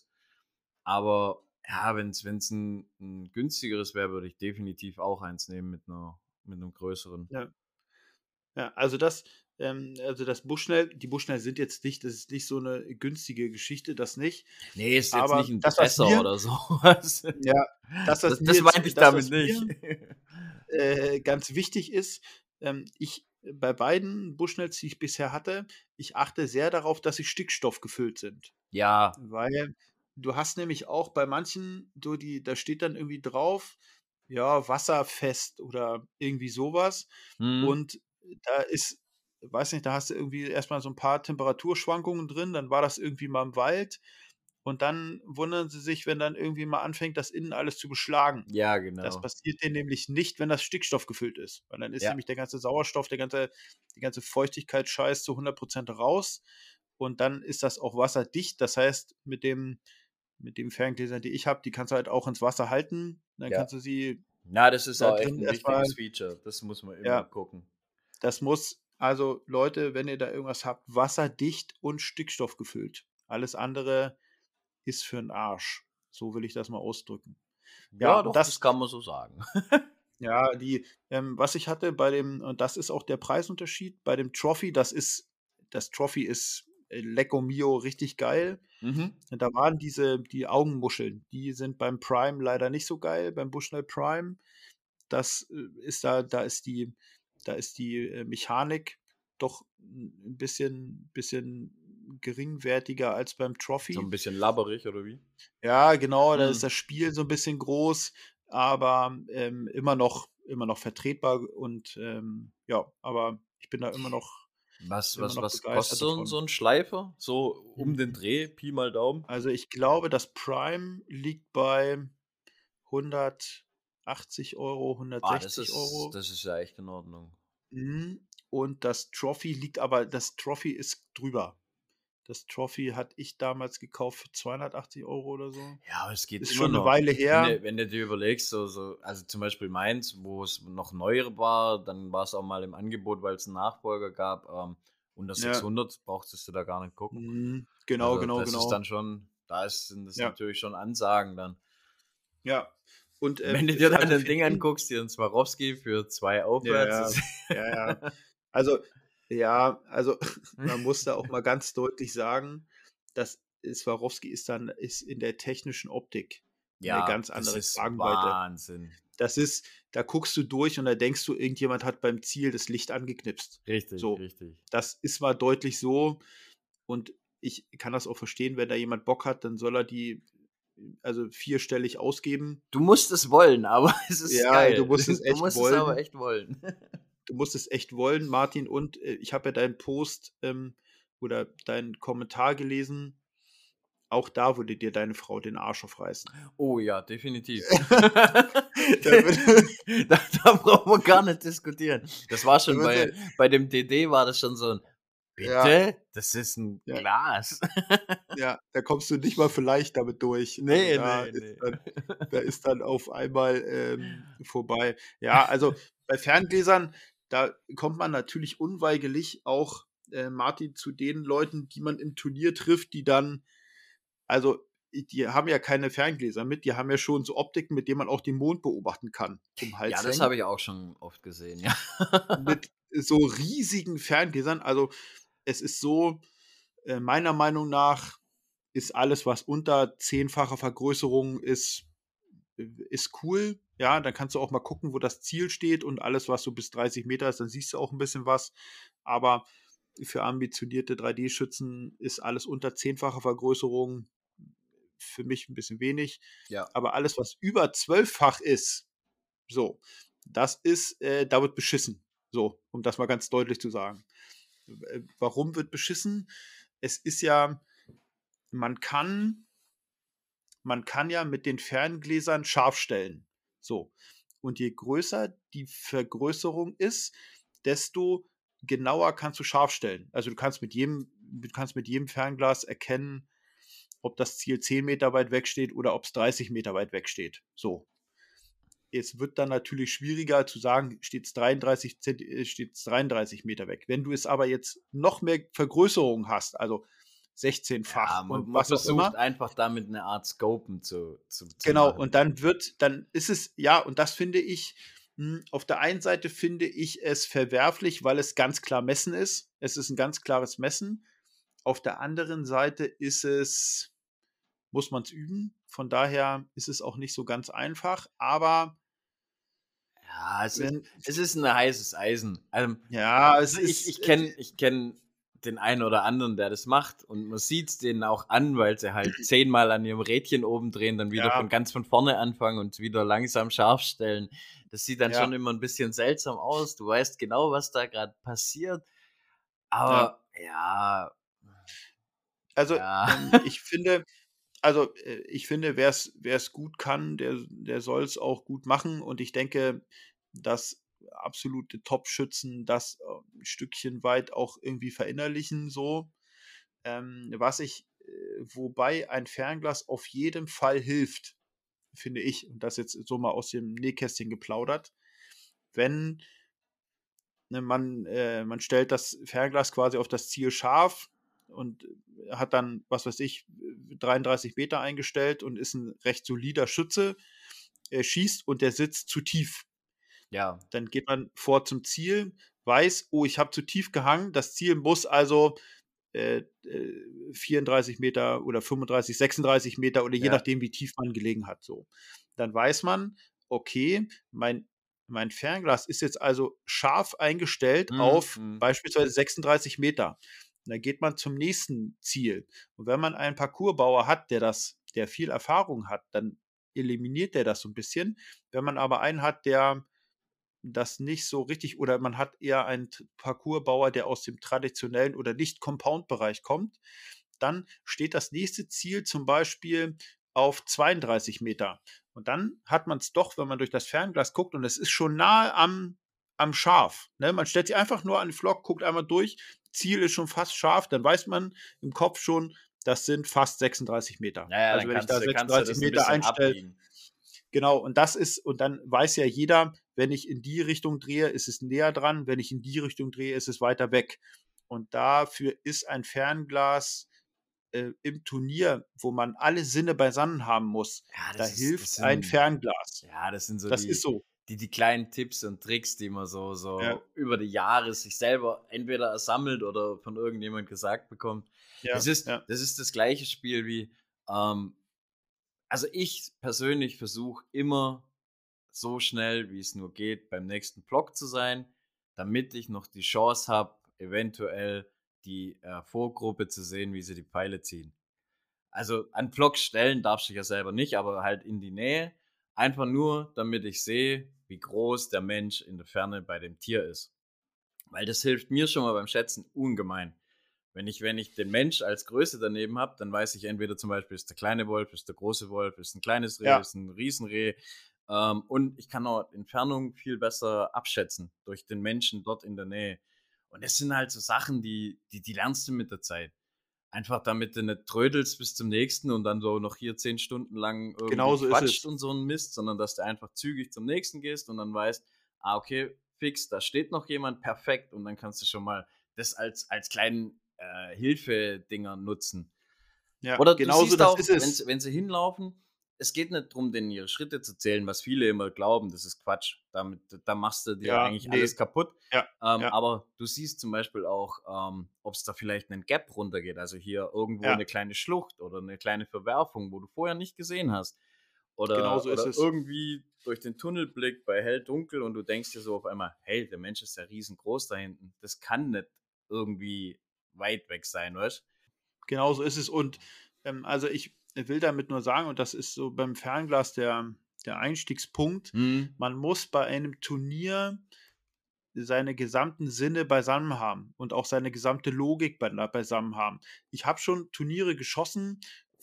Aber ja, wenn's wenn's 'n 'n günstigeres wäre, würde ich definitiv auch eins nehmen mit 'ner mit 'nem größeren. Ja. Ja, also das ähm, also das Bushnell die Bushnell sind jetzt nicht das ist nicht so 'ne günstige Geschichte, das nicht. Ne, ist jetzt nicht Aber 'n das, was Bresser mir oder so was. ja, das, was Das mir das jetzt meinte ich das, damit was nicht. mir, äh, ganz wichtig ist, ähm, ich bei beiden Bushnells, die ich bisher hatte, ich achte sehr darauf, dass sie stickstoffgefüllt sind. Ja. Weil du hast nämlich auch bei manchen so die da steht dann irgendwie drauf, ja, wasserfest oder irgendwie so was. Mhm. Und da ist weiß nicht, da hast du irgendwie erst mal so 'n paar Temperaturschwankungen drin, dann war das irgendwie mal im Wald und dann wundern sie sich, wenn dann irgendwie mal anfängt, das innen alles zu beschlagen. Ja, Das genau. passiert denen nämlich nicht, wenn das stickstoffgefüllt ist, weil dann ist Ja. nämlich der ganze Sauerstoff, der ganze die ganze Feuchtigkeitsscheiß zu hundert Prozent raus und dann ist das auch wasserdicht. Das heißt, mit dem mit den Ferngläsern, die ich habe, die kannst du halt auch ins Wasser halten. Dann Ja. kannst du sie Na, das ist da auch echt drin 'n erst mal wichtiges Feature. Das muss man immer Ja. gucken. Das muss also, Leute, wenn ihr da irgendwas habt, wasserdicht und stickstoffgefüllt. Alles andere ist für 'n Arsch. So will ich das mal ausdrücken. Ja, Ja, und doch, das das kann man so sagen. ja, die ähm, was ich hatte bei dem und das ist auch der Preisunterschied, bei dem Trophy, das ist das Trophy ist, äh, lecco mio richtig geil. Mhm. Da waren diese die Augenmuscheln, die sind beim Prime leider nicht so geil, beim Bushnell Prime. das, äh, ist da da ist die da ist die, äh, Mechanik doch 'n bisschen bisschen geringwertiger als beim So 'n Trophy. bisschen labberig oder wie? Ja, genau, da ist Mhm. das Spiel so 'n bisschen groß, aber, ähm, immer noch immer noch vertretbar und, ähm, ja, aber ich bin da immer noch Was immer was noch was kostet begeistert so 'n davon. so 'n Schleifer? So um den Mhm. Dreh, Pi mal Daumen? Also, ich glaube, das Prime liegt bei hundertachtzig Euro, Ah, das hundertsechzig ist Euro. das ist ja echt in Ordnung. Mhm. Und das Trophy liegt aber das Trophy ist drüber. Das Trophy hatte ich damals gekauft für zweihundertachtzig Euro oder so. Ja, aber es geht Ist immer schon 'ne noch. Weile Wenn her. du wenn du dir überlegst, so so also, zum Beispiel meins, wo es noch neu war, dann war's auch mal im Angebot, weil's 'n Nachfolger gab, ähm, unter Ja. sechshundert brauchtest du da gar nicht gucken. Mhm. Genau, Also, genau, das ist genau. dann schon da ist sind das Ja. natürlich schon Ansagen dann. Ja. Und, Und wenn ähm, du dir ist dann also ein für Ding den anguckst, hier 'n Swarovski für zwei Ja, aufwärts, ja. das Ja, ja. Also, ja, also, man muss da auch mal ganz deutlich sagen, dass Swarovski ist dann ist in der technischen Optik 'ne Ja, ganz das andere ist Kragenweite. Wahnsinn. Das ist da guckst du durch und da denkst du, irgendjemand hat beim Ziel das Licht angeknipst. Richtig, So, richtig. das ist mal deutlich so und ich kann das auch verstehen, wenn da jemand Bock hat, dann soll er die, also, vierstellig ausgeben. Du musst es wollen, aber es ist Ja, du geil. musst es Du echt musst es aber wollen. echt wollen. Du musst es echt wollen, Martin, und, äh, ich habe ja deinen Post, ähm, oder deinen Kommentar gelesen. Auch da würde dir deine Frau den Arsch aufreißen. Oh ja, definitiv. Da würde Da da brauchen wir gar nicht diskutieren. Das war da schon würde bei sie bei dem D D war das schon so 'n: Ja. „Bitte? Das ist 'n Ja. Glas?“ Ja, da kommst du nicht mal vielleicht damit durch. Also, Ne, da ne, ist ne. dann da ist dann auf einmal, ähm, vorbei. Ja, also, bei Ferngläsern, da kommt man natürlich unweigerlich auch, äh, Martin, zu den Leuten, die man im Turnier trifft, die dann also, die haben ja keine Ferngläser mit, die haben ja schon so Optiken, mit denen man auch den Mond beobachten kann, um's Ja, Hals das hängen. habe ich auch schon oft gesehen, ja. Mit so riesigen Ferngläsern. Also, es ist so, äh, meiner Meinung nach ist alles, was unter zehnfacher Vergrößerung ist, äh, ist cool. Ja, dann kannst du auch mal gucken, wo das Ziel steht und alles, was so bis dreißig Meter ist, dann siehst du auch 'n bisschen was. Aber für ambitionierte drei D-Schützen ist alles unter zehnfacher Vergrößerung für mich 'n bisschen wenig. Ja. Aber alles, was über zwölffach ist, so, das ist äh, da wird beschissen. So, um das mal ganz deutlich zu sagen. Äh, warum wird beschissen? Es ist ja man kann man kann ja mit den Ferngläsern scharf stellen. So. Und je größer die Vergrößerung ist, desto genauer kannst du scharf stellen. Also, du kannst mit jedem du kannst mit jedem Fernglas erkennen, ob das Ziel zehn Meter weit weg steht oder ob's dreißig Meter weit weg steht. So. Es wird dann natürlich schwieriger zu sagen, steht's dreiunddreißig Zenti äh, steht's dreiunddreißig Meter weg. Wenn du es aber jetzt noch mehr Vergrößerung hast, also Ja, sechzehnfach man und man was auch versucht immer einfach damit 'ne Art Scopen zu zu zu Genau, machen. und dann wird dann ist es ja, und das finde ich hm, auf der einen Seite finde ich es verwerflich, weil es ganz klar Messen ist. Es ist 'n ganz klares Messen. Auf der anderen Seite ist es muss man's üben. Von daher ist es auch nicht so ganz einfach, aber Ja, es ist wenn es ist 'n heißes Eisen. Ähm, Ja, es also, ich ist, ich äh kenne ich kenne den einen oder anderen, der das macht und man sieht's denen auch an, weil sie halt zehnmal an ihrem Rädchen oben drehen, dann wieder von Ja. ganz von vorne anfangen und wieder langsam scharf stellen. Das sieht dann schon Ja. immer 'n bisschen seltsam aus. Du weißt genau, was da grad passiert, Ja. aber ja Also, ja. ähm, ich finde also, äh, ich finde, wer's wer's gut kann, der der soll's auch gut machen und ich denke, dass absolute Top-Schützen das, äh, 'n Stückchen weit auch irgendwie verinnerlichen so. Ähm, was ich äh, wobei ein Fernglas auf jeden Fall hilft, finde ich, und das jetzt so mal aus dem Nähkästchen geplaudert, wenn ne, man äh, man stellt das Fernglas quasi auf das Ziel scharf und hat dann, was weiß ich, dreiunddreißig Meter eingestellt und ist 'n recht solider Schütze. Er schießt und der sitzt zu tief. Ja. Dann geht man vor zum Ziel, weiß: „Oh, ich habe zu tief gehangen. Das Ziel muss also, äh, äh, vierunddreißig Meter oder fünfunddreißig, sechsunddreißig Meter oder je Ja. nachdem, wie tief man gelegen hat“, so. Dann weiß man: „Okay, mein“ Mein Fernglas ist jetzt also scharf eingestellt Mhm, auf mhm. beispielsweise sechsunddreißig Meter. Und dann geht man zum nächsten Ziel. Und wenn man einen Parcoursbauer hat, der das der viel Erfahrung hat, dann eliminiert der das so 'n bisschen. Wenn man aber einen hat, der das nicht so richtig oder man hat eher einen t Parcoursbauer, der aus dem traditionellen oder Nicht-Compound-Bereich kommt, dann steht das nächste Ziel zum Beispiel auf zweiunddreißig Meter. Und dann hat man's doch, wenn man durch das Fernglas guckt und es ist schon nahe am am Schaf, ne? Man stellt sich einfach nur an den Flock, guckt einmal durch, Ziel ist schon fast scharf, dann weiß man im Kopf schon, das sind fast sechsunddreißig Meter. Ja, ja, Also, dann wenn ich kannst da du kannst du sechsunddreißig das 'n Meter bisschen einstelle abbiegen. genau, und das ist und dann weiß ja jeder, wenn ich in die Richtung drehe, ist es näher dran, wenn ich in die Richtung drehe, ist es weiter weg. Und dafür ist ein Fernglas, äh, im Turnier, wo man alle Sinne beisammen haben muss, Ja, da das ist das hilft ein sind Fernglas. ja, das sind so Das ist die so. die die kleinen Tipps und Tricks, die man so Ja. so über die Jahre sich selber entweder ersammelt oder von irgendjemand gesagt bekommt. Ja, Das ist ja. das ist das gleiche Spiel wie, ähm also, ich persönlich versuche immer so schnell, wie es nur geht, beim nächsten Plock zu sein, damit ich noch die Chance habe, eventuell die, äh, Vorgruppe zu sehen, wie sie die Pfeile ziehen. Also, an Plock stellen darfst du dich ja selber nicht, aber halt in die Nähe, einfach nur, damit ich sehe, wie groß der Mensch in der Ferne bei dem Tier ist. Weil das hilft mir schon mal beim Schätzen ungemein. Wenn ich wenn ich den Mensch als Größe daneben habe, dann weiß ich entweder zum Beispiel, ist der kleine Wolf, ist der große Wolf, ist 'n kleines Reh, Ja. ist 'n Riesenreh. Ähm, und ich kann auch Entfernung viel besser abschätzen durch den Menschen dort in der Nähe. Und das sind halt so Sachen, die die die lernst du mit der Zeit. Einfach damit du nicht trödelst bis zum nächsten und dann so noch hier zehn Stunden lang irgendwie Genauso ist quatscht es. und so 'n Mist, sondern dass du einfach zügig zum nächsten gehst und dann weißt: „Ah, okay, fix, da steht noch jemand, perfekt.“ Und dann kannst du schon mal das als als kleinen, äh, Hilfedinger nutzen. Ja, Oder du genauso siehst das auch, ist wenn es. sie wenn sie hinlaufen, es geht nicht drum, denen ihre Schritte zu zählen, was viele immer glauben, das ist Quatsch. Damit da machst du dir Ja, eigentlich ne. alles kaputt. Ja, Ähm, ja, aber du siehst zum Beispiel auch, ähm, ob's da vielleicht 'nen Gap runtergeht, also hier irgendwo ja, 'ne kleine Schlucht oder 'ne kleine Verwerfung, wo du vorher nicht gesehen hast. Oder genauso ist oder es. irgendwie durch den Tunnelblick bei hell-dunkel und du denkst dir so auf einmal: „Hey, der Mensch ist ja riesengroß da hinten. Das kann nicht irgendwie weit weg sein“, weißt? Genauso ist es und, ähm, also, ich will damit nur sagen und das ist so beim Fernglas der der Einstiegspunkt, Mhm. man muss bei einem Turnier seine gesamten Sinne beisammen haben und auch seine gesamte Logik bei beisammen haben. Ich habe schon Turniere geschossen,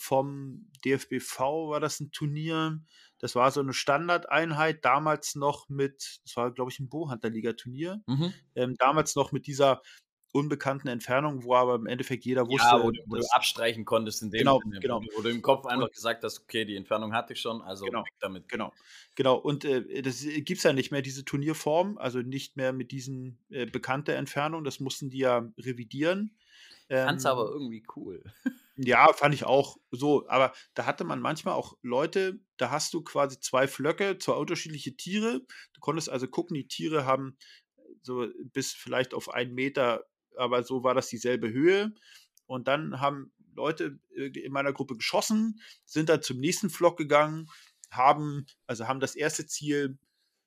vom D F B V war das 'n Turnier. Das war so 'ne Standardeinheit, damals noch mit das war, glaube ich, 'n Bowhunter-Liga-Turnier. Mhm. Ähm, damals noch mit dieser unbekannten Entfernung, wo aber im Endeffekt jeder Ja, wo wusste, du wo du dass abstreichen konntest in dem genau, Sinne, wo genau. du wo du im Kopf einfach Und gesagt hast: „Okay, die Entfernung hatte ich schon, also genau, weg damit.“ genau, genau. Und, äh, das, äh, gibt's ja nicht mehr, diese Turnierform, also nicht mehr mit diesen, äh, bekannte Entfernung. Das mussten die ja revidieren. Ich fand's aber Ähm, irgendwie cool. ja, fand ich auch so, aber da hatte man manchmal auch Leute, da hast du quasi zwei Flöcke, zwei unterschiedliche Tiere. Du konntest also gucken, die Tiere haben so bis vielleicht auf einen Meter, aber so war das dieselbe Höhe. Und dann haben Leute, äh, in meiner Gruppe geschossen, sind dann zum nächsten Flock gegangen, haben also haben das erste Ziel,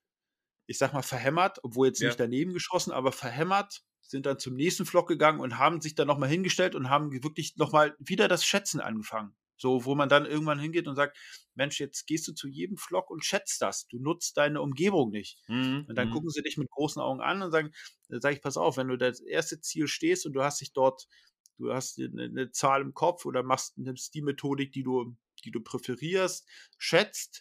ich sage mal, verhämmert, obwohl jetzt nicht Ja. daneben geschossen, aber verhämmert, sind dann zum nächsten Flock gegangen und haben sich dann noch mal hingestellt und haben wirklich noch mal wieder das Schätzen angefangen. So, wo man dann irgendwann hingeht und sagt: „Mensch, jetzt gehst du zu jedem Flock und schätzt das. Du nutzt deine Umgebung nicht.“ Mhm, Und dann mhm. gucken sie dich mit großen Augen an und sagen dann sage ich: „Pass auf, wenn du das erste Ziel stehst und du hast dich dort du hast 'ne 'ne Zahl im Kopf oder machst nimmst die Methodik, die du die du präferierst, schätzt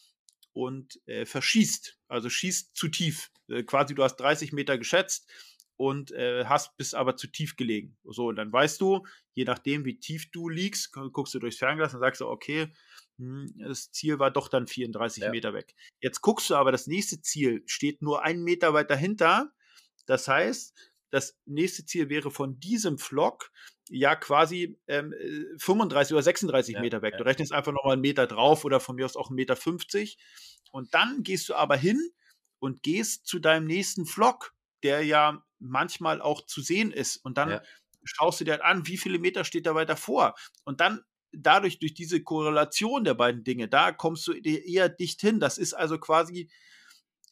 und, äh, verschießt, also schießt zu tief. Äh, quasi du hast dreißig Meter geschätzt und, äh, hast bist aber zu tief gelegen. So, und dann weißt du, je nachdem, wie tief du liegst, gu guckst du durchs Fernglas und sagst du: „Okay, hm, das Ziel war doch dann vierunddreißig Ja, Meter weg.“ Jetzt guckst du aber, das nächste Ziel steht nur einen Meter weit dahinter. Das heißt, das nächste Ziel wäre von diesem Flock ja quasi, ähm, äh, fünfunddreißig oder sechsunddreißig ja, Meter weg. ja, Du rechnest einfach noch mal 'n Meter drauf oder von mir aus auch 'n Meter fünfzig. Und dann gehst du aber hin und gehst zu deinem nächsten Flock, der ja manchmal auch zu sehen ist. Und dann ja. schaust du dir halt an, wie viele Meter steht da weiter vor. Und dann dadurch, durch diese Korrelation der beiden Dinge, da kommst du e eher dicht hin. Das ist also quasi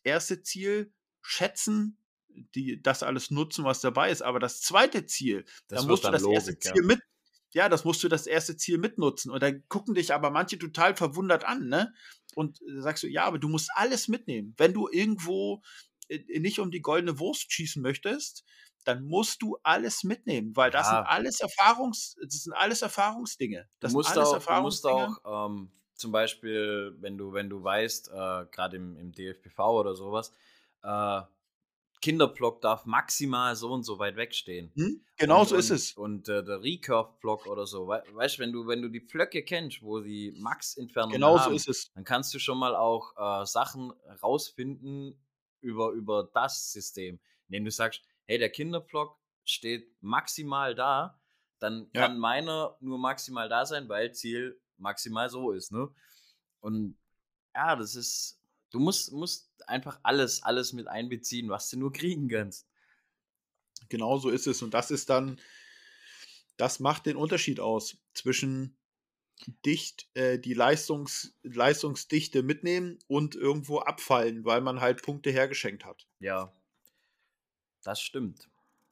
erste Ziel schätzen, die das alles nutzen, was dabei ist, aber das zweite Ziel, da Das wird musst du dann das erste Logik, ja. Ziel mit ja, das musst du das erste Ziel mitnutzen und dann gucken dich aber manche total verwundert an, ne? Und äh, sagst du: „Ja, aber du musst alles mitnehmen. Wenn du irgendwo, äh, nicht um die goldene Wurst schießen möchtest, dann musst du alles mitnehmen, weil das sind Ja, alles Erfahrungs das sind alles Erfahrungsdinge. du Das sind musst alles auch du musst Erfahrungsdinge. auch, ähm, zum Beispiel, wenn du wenn du weißt, äh, grad im im D F B V oder sowas, äh, Kinderblock darf maximal so und so weit wegstehen. Mhm, genau Und so ist und es. und, äh, der Recurve-Block oder so, wei weißt, wenn du wenn du die Pflöcke kennst, wo die Max-Entfernungen Genau so haben, ist es. dann kannst du schon mal auch, äh, Sachen rausfinden über über das System, indem du sagst: „Hey, der Kinderblock steht maximal da, dann Ja. kann meiner nur maximal da sein, weil Ziel maximal so ist“, ne? Und ja, das ist du musst musst einfach alles alles mit einbeziehen, was du nur kriegen kannst. Genau so ist es. Und das ist dann das macht den Unterschied aus zwischen dicht äh, die Leistungs Leistungsdichte mitnehmen und irgendwo abfallen, weil man halt Punkte hergeschenkt hat. Ja, das stimmt.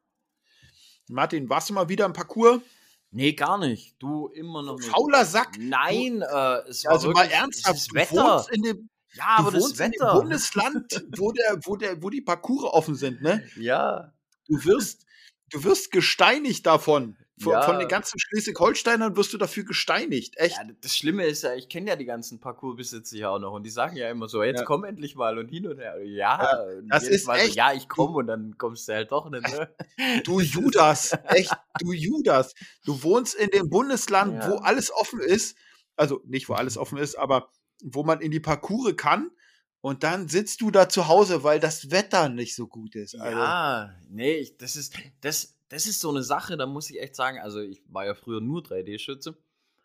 Martin, warst du mal wieder im Parcours? Ne, gar nicht. Du, immer Du noch nicht. fauler Sack. Du Nein, äh, es war also mal wirklich es ernsthaft, ist du wohnst Wetter. in dem Ja, du aber das wohnst in dem Wetter. Bundesland, wo der wo der wo die Parcours offen sind, ne? Ja, Du wirst du wirst gesteinigt davon. Von von den ja. ganzen Schleswig-Holsteinern wirst du dafür gesteinigt, Ja, echt. d das Schlimme ist ja, ich kenne ja die ganzen Parcoursbesitzer ja auch noch und die sagen ja immer so: „Jetzt Ja, komm endlich mal“ und hin und her. ja. Ja, und Das jedes ist Mal so: echt „Ja, ich du komme“ und dann kommst du halt doch nicht, ne? du Das ist Judas, echt, du Judas. Du wohnst in dem Bundesland, wo ja. alles offen ist. Also, nicht, wo alles offen ist, aber wo man in die Parcours kann und dann sitzt du da zu Hause, weil das Wetter nicht so gut ist. Also, Ja, ne, ich das ist das das ist so 'ne Sache, da muss ich echt sagen, also, ich war ja früher nur drei D-Schütze.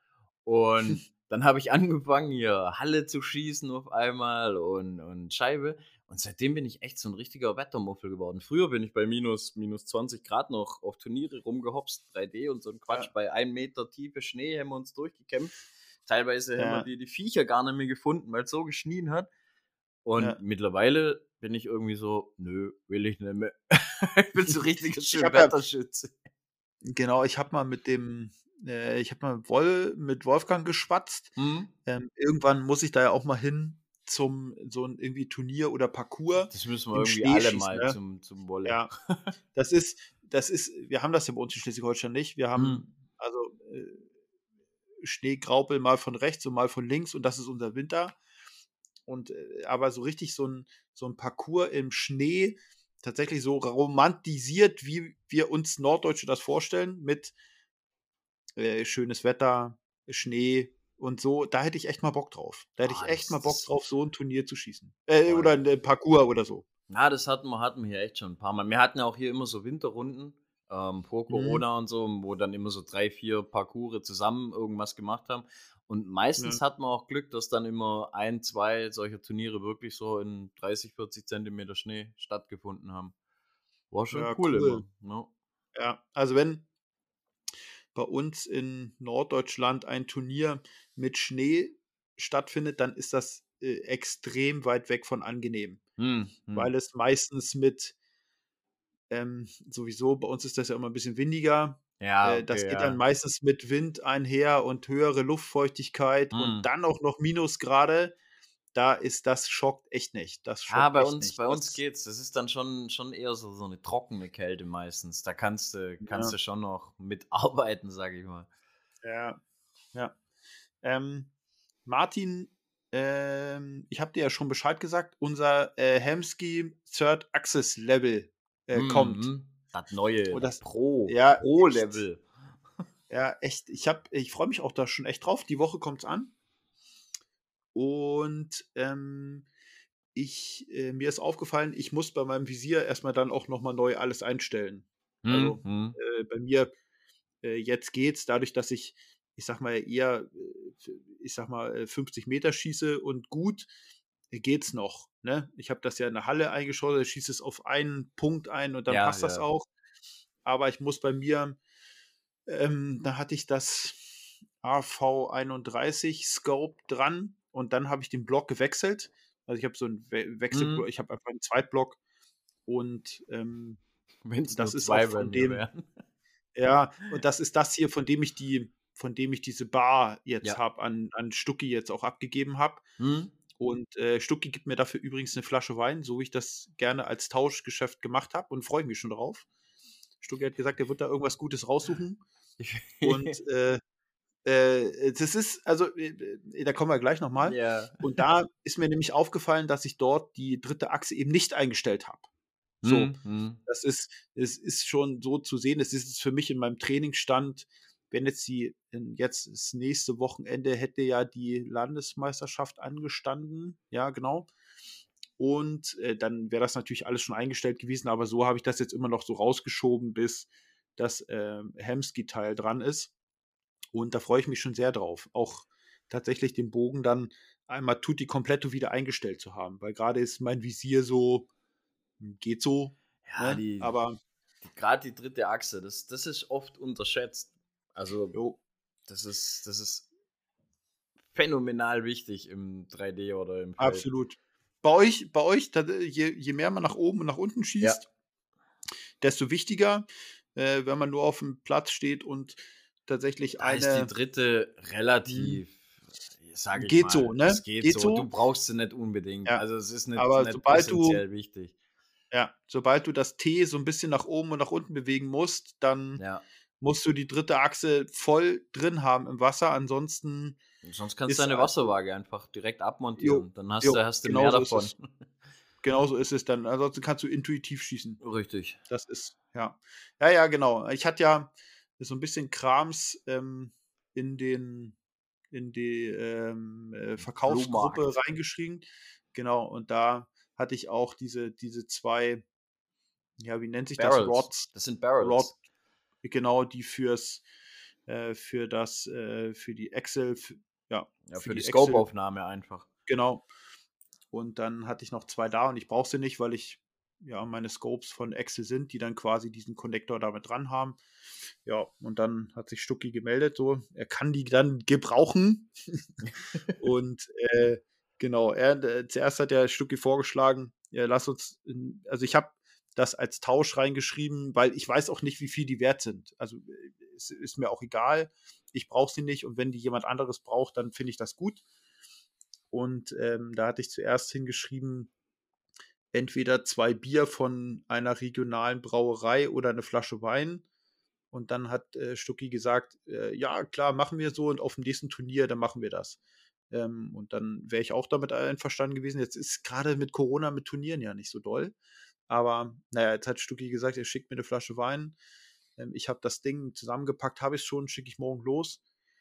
Und dann habe ich angefangen, hier Halle zu schießen auf einmal und und Scheibe. Und seitdem bin ich echt so 'n richtiger Wettermuffel geworden. Früher bin ich bei minus minus zwanzig Grad noch auf Turniere rumgehopst, drei D und so 'n Quatsch. ja, Bei einem Meter Tiefe Schnee haben wir uns durchgekämpft. Teilweise haben wir ja, die die Viecher gar nicht mehr gefunden, weil's so geschnien hat. Und ja. mittlerweile bin ich irgendwie so: „Nö, will ich nicht mehr.“ Ich bin so richtiger Ich habe ja Schönwetterschütze. genau, ich habe mal mit dem äh, ich habe mal Woll mit Wolfgang geschwatzt. Mhm. Ähm, irgendwann muss ich da ja auch mal hin zum so 'n irgendwie Turnier oder Parcours Das müssen wir im irgendwie alle Schneeschießen, mal ne? zum zum Wolle. Ja. Das ist das ist wir haben das ja bei uns in Schleswig-Holstein nicht. Wir Mhm. haben also, äh, Schneegraupel mal von rechts und mal von links und das ist unser Winter. Und, äh, aber so richtig so 'n so 'n Parcours im Schnee, tatsächlich so romantisiert, wie wir uns Norddeutsche das vorstellen, mit, äh, schönes Wetter, Schnee und so, da hätte ich echt mal Bock drauf. Da hätte ich Ah, echt das mal Bock das drauf, so 'n Turnier zu schießen. Äh, oder voll. 'n Parcours oder so. Na, das hatten wir hatten wir hier echt schon ein paar Mal. Wir hatten ja auch hier immer so Winterrunden, ähm, vor Mhm, Corona und so, wo dann immer so drei vier Parcours zusammen irgendwas gemacht haben. Und ja. meistens hat man auch Glück, dass dann immer ein zwei solcher Turniere wirklich so in dreißig, vierzig Zentimeter Schnee stattgefunden haben. War schon Ja, cool cool. immer, ne? Ja, also wenn bei uns in Norddeutschland ein Turnier mit Schnee stattfindet, dann ist das, äh, extrem weit weg von angenehm, Mhm, mhm. weil es meistens mit ähm, sowieso bei uns ist das ja immer 'n bisschen windiger. Ja, Äh, das okay, geht dann ja. meistens mit Wind einher und höhere Luftfeuchtigkeit und Mhm. dann auch noch Minusgrade. Da ist das schockt echt nicht. Das Ja, schockt bei echt uns nicht. bei uns Das geht's. Das ist dann schon schon eher so so 'ne trockene Kälte meistens. Da kannst du kannst ja, du schon noch mitarbeiten, sage ich mal. ja, ja. Ähm, Martin, ähm, ich habe dir ja schon Bescheid gesagt, unser, äh, Hemsky Third Access Level, äh, kommt. Mhm. Das neue, Und das das Pro ja, echt. Pro-Level. Ja, echt. Ich habe ich freue mich auch da schon echt drauf. Die Woche kommt's an. Und, ähm, ich äh, mir ist aufgefallen, ich muss bei meinem Visier erst mal dann auch noch mal neu alles einstellen. Mhm, Also, mhm. äh, bei mir Äh, jetzt geht's dadurch, dass ich, ich sage mal, eher, äh, f ich sage mal, äh, fünfzig Meter schieße und gut, äh, geht's noch, ne? Ich habe das ja in der Halle eingeschossen, ich schieße es auf einen Punkt ein und dann Ja, passt das ja. auch. Aber ich muss bei mir ähm, da hatte ich das A V einunddreißig Scope dran und dann habe ich den Block gewechselt Also, ich habe so 'n We Wechselblock Mhm. ich habe einfach 'n Zweitblock und, ähm, Wenn's das nur ist auch zwei bei von mir dem wären. ja, und das ist das hier, von dem ich die von dem ich diese Bar jetzt Ja. habe an an Stucki jetzt auch abgegeben habe. Mhm. Und, äh, Stucki gibt mir dafür übrigens 'ne Flasche Wein, so wie ich das gerne als Tauschgeschäft gemacht habe und freue ich mich schon drauf. Stucki hat gesagt, er wird da irgendwas Gutes raussuchen und, äh, äh, das ist also, äh, äh, da kommen wir gleich noch mal. Ja. Und da ist mir nämlich aufgefallen, dass ich dort die dritte Achse eben nicht eingestellt habe. So, Mhm, mhm. das ist es ist schon so zu sehen, es ist jetzt für mich in meinem Trainingsstand, wenn jetzt die in jetzt das nächste Wochenende hätte ja die Landesmeisterschaft angestanden. Ja, genau. Und, äh, dann wäre das natürlich alles schon eingestellt gewesen, aber so habe ich das jetzt immer noch so rausgeschoben, bis das, ähm, Hemsky-Teil dran ist. Und da freue ich mich schon sehr drauf, auch tatsächlich den Bogen dann einmal tutti completto wieder eingestellt zu haben, weil grade ist mein Visier so hm, geht so, Ja, ne? die Aber die grad die dritte Achse, das das ist oft unterschätzt. Also, Jo. das ist das ist phänomenal wichtig im drei D oder im Feld. Absolut. Bei euch bei euch, da d je je mehr man nach oben und nach unten Ja. schießt desto wichtiger, äh, wenn man nur auf'm Platz steht und tatsächlich Da ist die eine dritte Mhm. relativ, sage ich Geht so, mal ne? das geht Geht so. Du so. brauchst sie nicht unbedingt. Ja, Also, es ist nicht aber nicht sobald du essenziell wichtig. ja, sobald du das T so 'n bisschen nach oben und nach unten bewegen musst, dann Ja. musst du die dritte Achse voll drin haben im Wasser, ansonsten Sonst kannst du ist deine also Wasserwaage einfach direkt Jo, abmontieren. Dann hast jo, du hast du mehr genauso ist davon. es. Genauso ist es dann. Ansonsten kannst du intuitiv schießen. Richtig. Das ist ja. Ja, ja, genau. Ich hatte ja so 'n bisschen Krams, ähm, in den in die, ähm, äh, Verkaufsgruppe Flohmarkt. reingeschrieben. Genau, und da hatte ich auch diese diese zwei ja, wie nennt sich das? Barrels. Rods Das sind Rod Barrels. genau, die fürs äh, für das äh, für die Excel f ja, Ja, für für die die Excel Scope-Aufnahme einfach. Genau. Und dann hatte ich noch zwei da und ich brauche sie nicht, weil ich ja, meine Scopes von Excel sind, die dann quasi diesen Konnektor da mit dran haben. Ja, und dann hat sich Stucki gemeldet so, er kann die dann gebrauchen. Und, äh, genau, er d zuerst hat der Stucki vorgeschlagen: „Ja, lass uns in“ also, ich habe das als Tausch reingeschrieben, weil ich weiß auch nicht, wie viel die wert sind. Also, äh, es ist mir auch egal. Ich brauche sie nicht und wenn die jemand anderes braucht, dann finde ich das gut. Und, ähm, da hatte ich zuerst hingeschrieben entweder zwei Bier von einer regionalen Brauerei oder 'ne Flasche Wein. Und dann hat, äh, Stucki gesagt: „Äh, ja, klar, machen wir so und auf'm nächsten Turnier, dann machen wir das.“ Ähm, und dann wäre ich auch damit einverstanden gewesen. Jetzt ist grade mit Corona mit Turnieren ja nicht so doll. Aber na ja, jetzt hat Stucki gesagt, er schickt mir 'ne Flasche Wein. Ähm, ich habe das Ding zusammengepackt habe ich schon, schicke ich morgen los.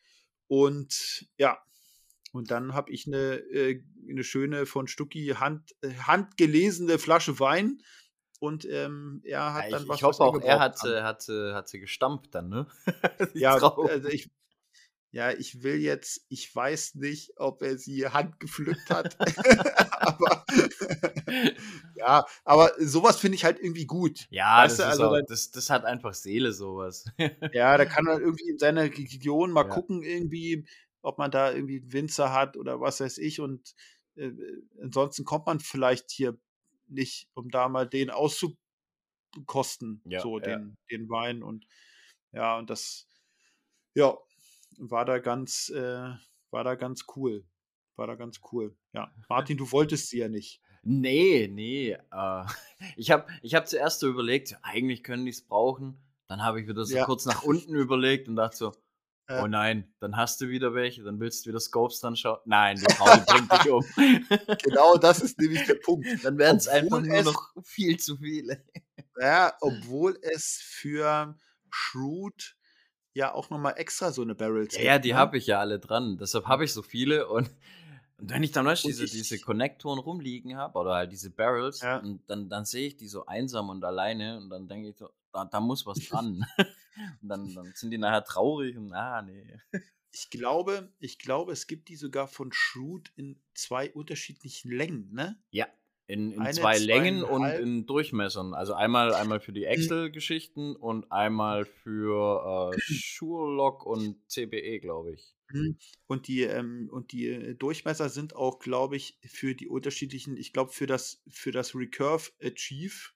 Und ja, und dann habe ich 'ne äh, 'ne schöne von Stucki hand äh, handgelesene Flasche Wein und, ähm, er Ja, hat ich dann ich was, was hoffe er auch, er gebrauchen hat kann. sie hat sie hat sie gestampft dann, ne? Die Ja, also, Trauben. ich ja, ich will jetzt ich weiß nicht, ob er sie handgepflückt hat, aber ja, aber so was finde ich halt irgendwie gut. Ja, Weißt das du, ist also auch dann das das hat einfach Seele so was. Ja, da kann man irgendwie in seiner Region mal Ja. gucken irgendwie, ob man da irgendwie 'n Winzer hat oder was weiß ich und, äh, äh, ansonsten kommt man vielleicht hier nicht, um da mal den auszukosten, Ja, so ja. den den Wein und ja, und das ja, war da ganz äh, war da ganz cool. War da ganz cool. Ja. Martin, du wolltest sie ja nicht. Ne, ne, äh, ich habe ich habe zuerst so überlegt: „Eigentlich können die's brauchen.“ Dann habe ich wieder so Ja. kurz nach unten überlegt und dachte so: „Oh Ja. nein, dann hast du wieder welche, dann willst du wieder Scopes dran schauen. Nein, die Frau, die bringt dich um.“ Genau, das ist nämlich der Punkt. Dann wären's einfach Obwohl nur es noch viel zu viele. ja, obwohl es für Shrewd ja auch noch mal extra so 'ne Barrels Ja, ja, gibt, die ne? habe ich ja alle dran. Deshalb habe ich so viele und und wenn ich dann weißt du, Und diese diese ich Konnektoren rumliegen habe oder halt diese Barrels Ja. und dann dann sehe ich die so einsam und alleine und dann denke ich so: „Da da muss was dran.“ Und dann dann sind die nachher traurig und, ah, ne. Ich glaube ich glaube, es gibt die sogar von Shrewd in zwei unterschiedlichen Längen, ne? Ja. In in Eine, zwei Längen und zweieinhalb. in Durchmessern. Also einmal einmal für die Hm. Excel-Geschichten und einmal für, äh, Sure-Log und C B E, glaube ich. Mhm. Und die, ähm und die, äh, Durchmesser sind auch, glaube ich, für die unterschiedlichen ich glaube, für das für das Recurve Achieve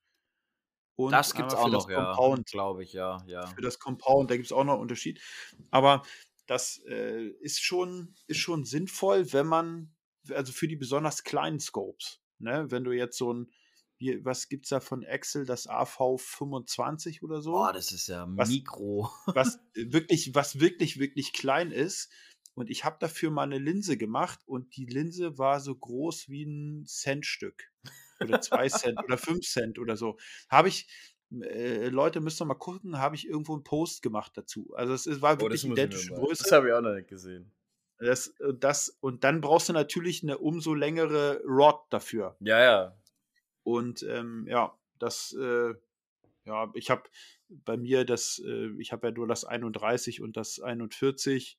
und Das gibt's einmal auch für das noch, ja, Compound. glaube ich, ja, ja. Für das Compound, da gibt's auch noch 'n Unterschied. Aber das, äh, ist schon ist schon sinnvoll, wenn man also, für die besonders kleinen Scopes, ne? Wenn du jetzt so 'n wie was gibt's da von Excel, das A V fünfundzwanzig oder Oh, so? das ist ja Was Mikro. was wirklich was wirklich, wirklich klein ist. Und ich habe dafür mal 'ne Linse gemacht und die Linse war so groß wie 'n Centstück oder zwei Cent oder fünf Cent oder so. Habe ich äh, Leute, müsst ihr mal gucken, habe ich irgendwo 'n Post gemacht dazu. Also, es es war Oh, das wirklich muss ich mir identische mal das Größe. habe ich auch noch nicht gesehen. Das äh, das und dann brauchst du natürlich 'ne umso längere Rod dafür. Ja, ja. Und, ähm, ja, das, äh ja, ich habe bei mir das äh, ich habe ja nur das einunddreißig und das einundvierzig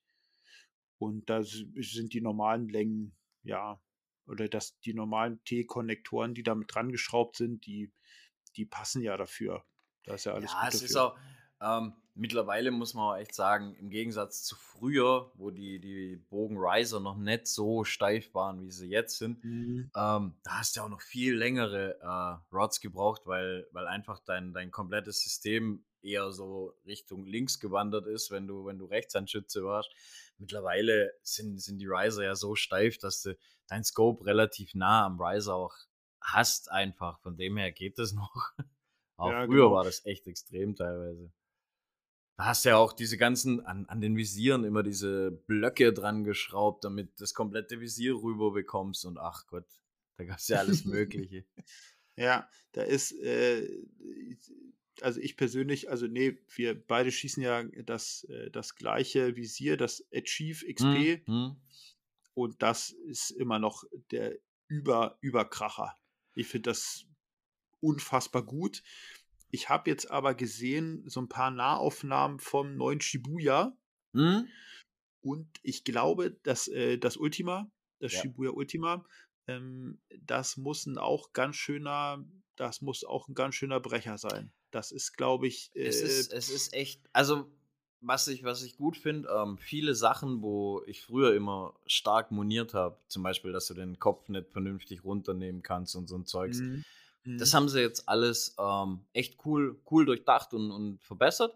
und da si sind die normalen Längen, ja oder das die normalen T-Konnektoren, die da mit dran geschraubt sind, die die passen ja dafür. Da ist ja alles Ja, gut es ist dafür. auch ähm, mittlerweile muss man auch echt sagen, im Gegensatz zu früher, wo die die Bogen-Riser noch nicht so steif waren, wie sie jetzt sind, Mhm. ähm, da hast du auch noch viel längere, äh, Rods gebraucht, weil weil einfach dein dein komplettes System eher so Richtung links gewandert ist, wenn du wenn du Rechtshandschütze warst. Mittlerweile sind sind die Riser ja so steif, dass du dein Scope relativ nah am Riser auch hast einfach. Von dem her geht das noch. Aber Ja, früher genau. war das echt extrem teilweise. Da hast du ja auch diese ganzen an an den Visieren immer diese Blöcke dran geschraubt, damit das komplette Visier rüber bekommst und ach Gott, da gab's ja alles Mögliche. Ja, da ist, äh, also, ich persönlich also, ne, wir beide schießen ja das äh, das gleiche Visier, das Achieve Mhm, XP mhm. und das ist immer noch der Über Überkracher. Ich finde das unfassbar gut. Ich habe jetzt aber gesehen, so 'n paar Nahaufnahmen vom neuen Shibuya Mhm. und ich glaube, dass, äh, das Ultima, das Ja. Shibuya Ultima, ähm, das muss 'n auch ganz schöner das muss auch 'n ganz schöner Brecher sein. Das ist, glaube ich, Es äh ist es ist echt also, was ich was ich gut finde, ähm, viele Sachen, wo ich früher immer stark moniert habe, zum Beispiel, dass du den Kopf nicht vernünftig runternehmen kannst und so 'n Zeugs. Mhm, Das mhm. haben sie jetzt alles, ähm, echt cool cool durchdacht und und verbessert.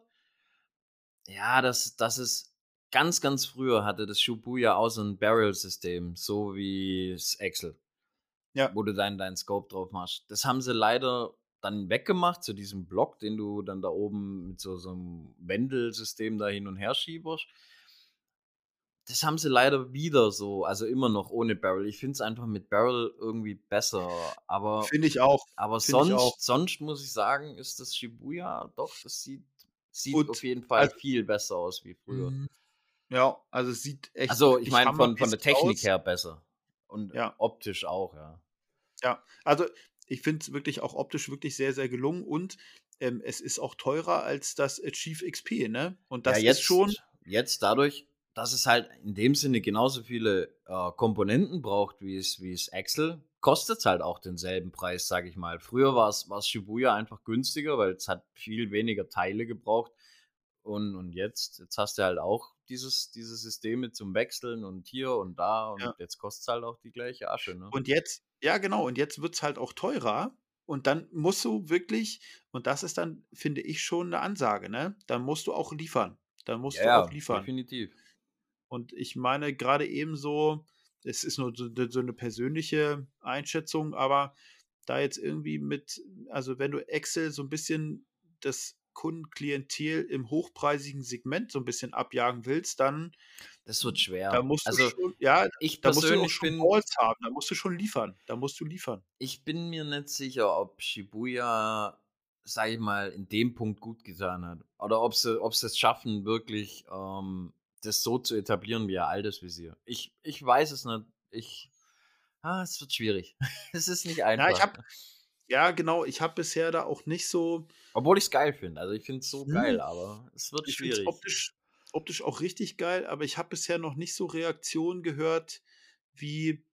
Ja, das das ist ganz, ganz früher hatte das Shibuya auch so 'n Barrel-System, so wie's Excel, Ja. wo du dein dein Scope drauf machst. Das haben sie leider dann weggemacht zu diesem Block, den du dann da oben mit so so 'nem Wendelsystem da hin und her schieberst. Das haben sie leider wieder so also, immer noch ohne Barrel. Ich finde es einfach mit Barrel irgendwie besser, aber Finde ich auch, aber finde ich auch. sonst sonst muss ich sagen, ist das Shibuya doch, das sieht sieht auf Und jeden Fall also viel besser aus wie früher. Mhm. Ja, also, es sieht echt Also, ich wirklich meine von von der hammermäßig Technik aus. her besser und Ja. optisch auch, ja. Ja, also, ich finde es wirklich auch optisch wirklich sehr, sehr gelungen und, ähm, es ist auch teurer als das Achieve XP, ne? Und Ja, das ist schon jetzt jetzt dadurch, dass es halt in dem Sinne genauso viele, äh, Komponenten braucht wie es wie es Excel, kostet's halt auch denselben Preis, sage ich mal. Früher war's war's Shibuya einfach günstiger, weil es hat viel weniger Teile gebraucht und und jetzt jetzt hast du halt auch dieses diese Systeme zum Wechseln und hier und da und Ja. jetzt kostet's halt auch die gleiche Asche, ne? Und jetzt ja, genau, und jetzt wird's halt auch teurer und dann musst du wirklich und das ist dann, finde ich, schon 'ne Ansage, ne? Dann musst du auch liefern. Dann Ja, musst du auch ja, liefern. definitiv. Und ich meine grade eben so es ist nur so so 'ne persönliche Einschätzung, aber da jetzt irgendwie mit also, wenn du Excel so 'n bisschen das Kundenklientel im hochpreisigen Segment so 'n bisschen abjagen willst, dann Das wird da schwer. musst du Also, schon ja, ich da musst du auch persönlich schon bin Balls haben. Da musst du schon liefern. Da musst du liefern. Ich bin mir nicht sicher, ob Shibuya, sage ich mal, in dem Punkt gut getan hat oder ob sie ob sie es schaffen, wirklich, ähm, das so zu etablieren wie ihr altes Visier. Ich ich weiß es nicht. Ich ah, es wird schwierig. Es ist nicht Ja, ich einfach. habe ja, genau, ich habe bisher da auch nicht so Obwohl ich's geil finde. Also, ich finde es so geil, Hm, aber es wird ich finde es schwierig. optisch optisch auch richtig geil, aber ich habe bisher noch nicht so Reaktionen gehört wie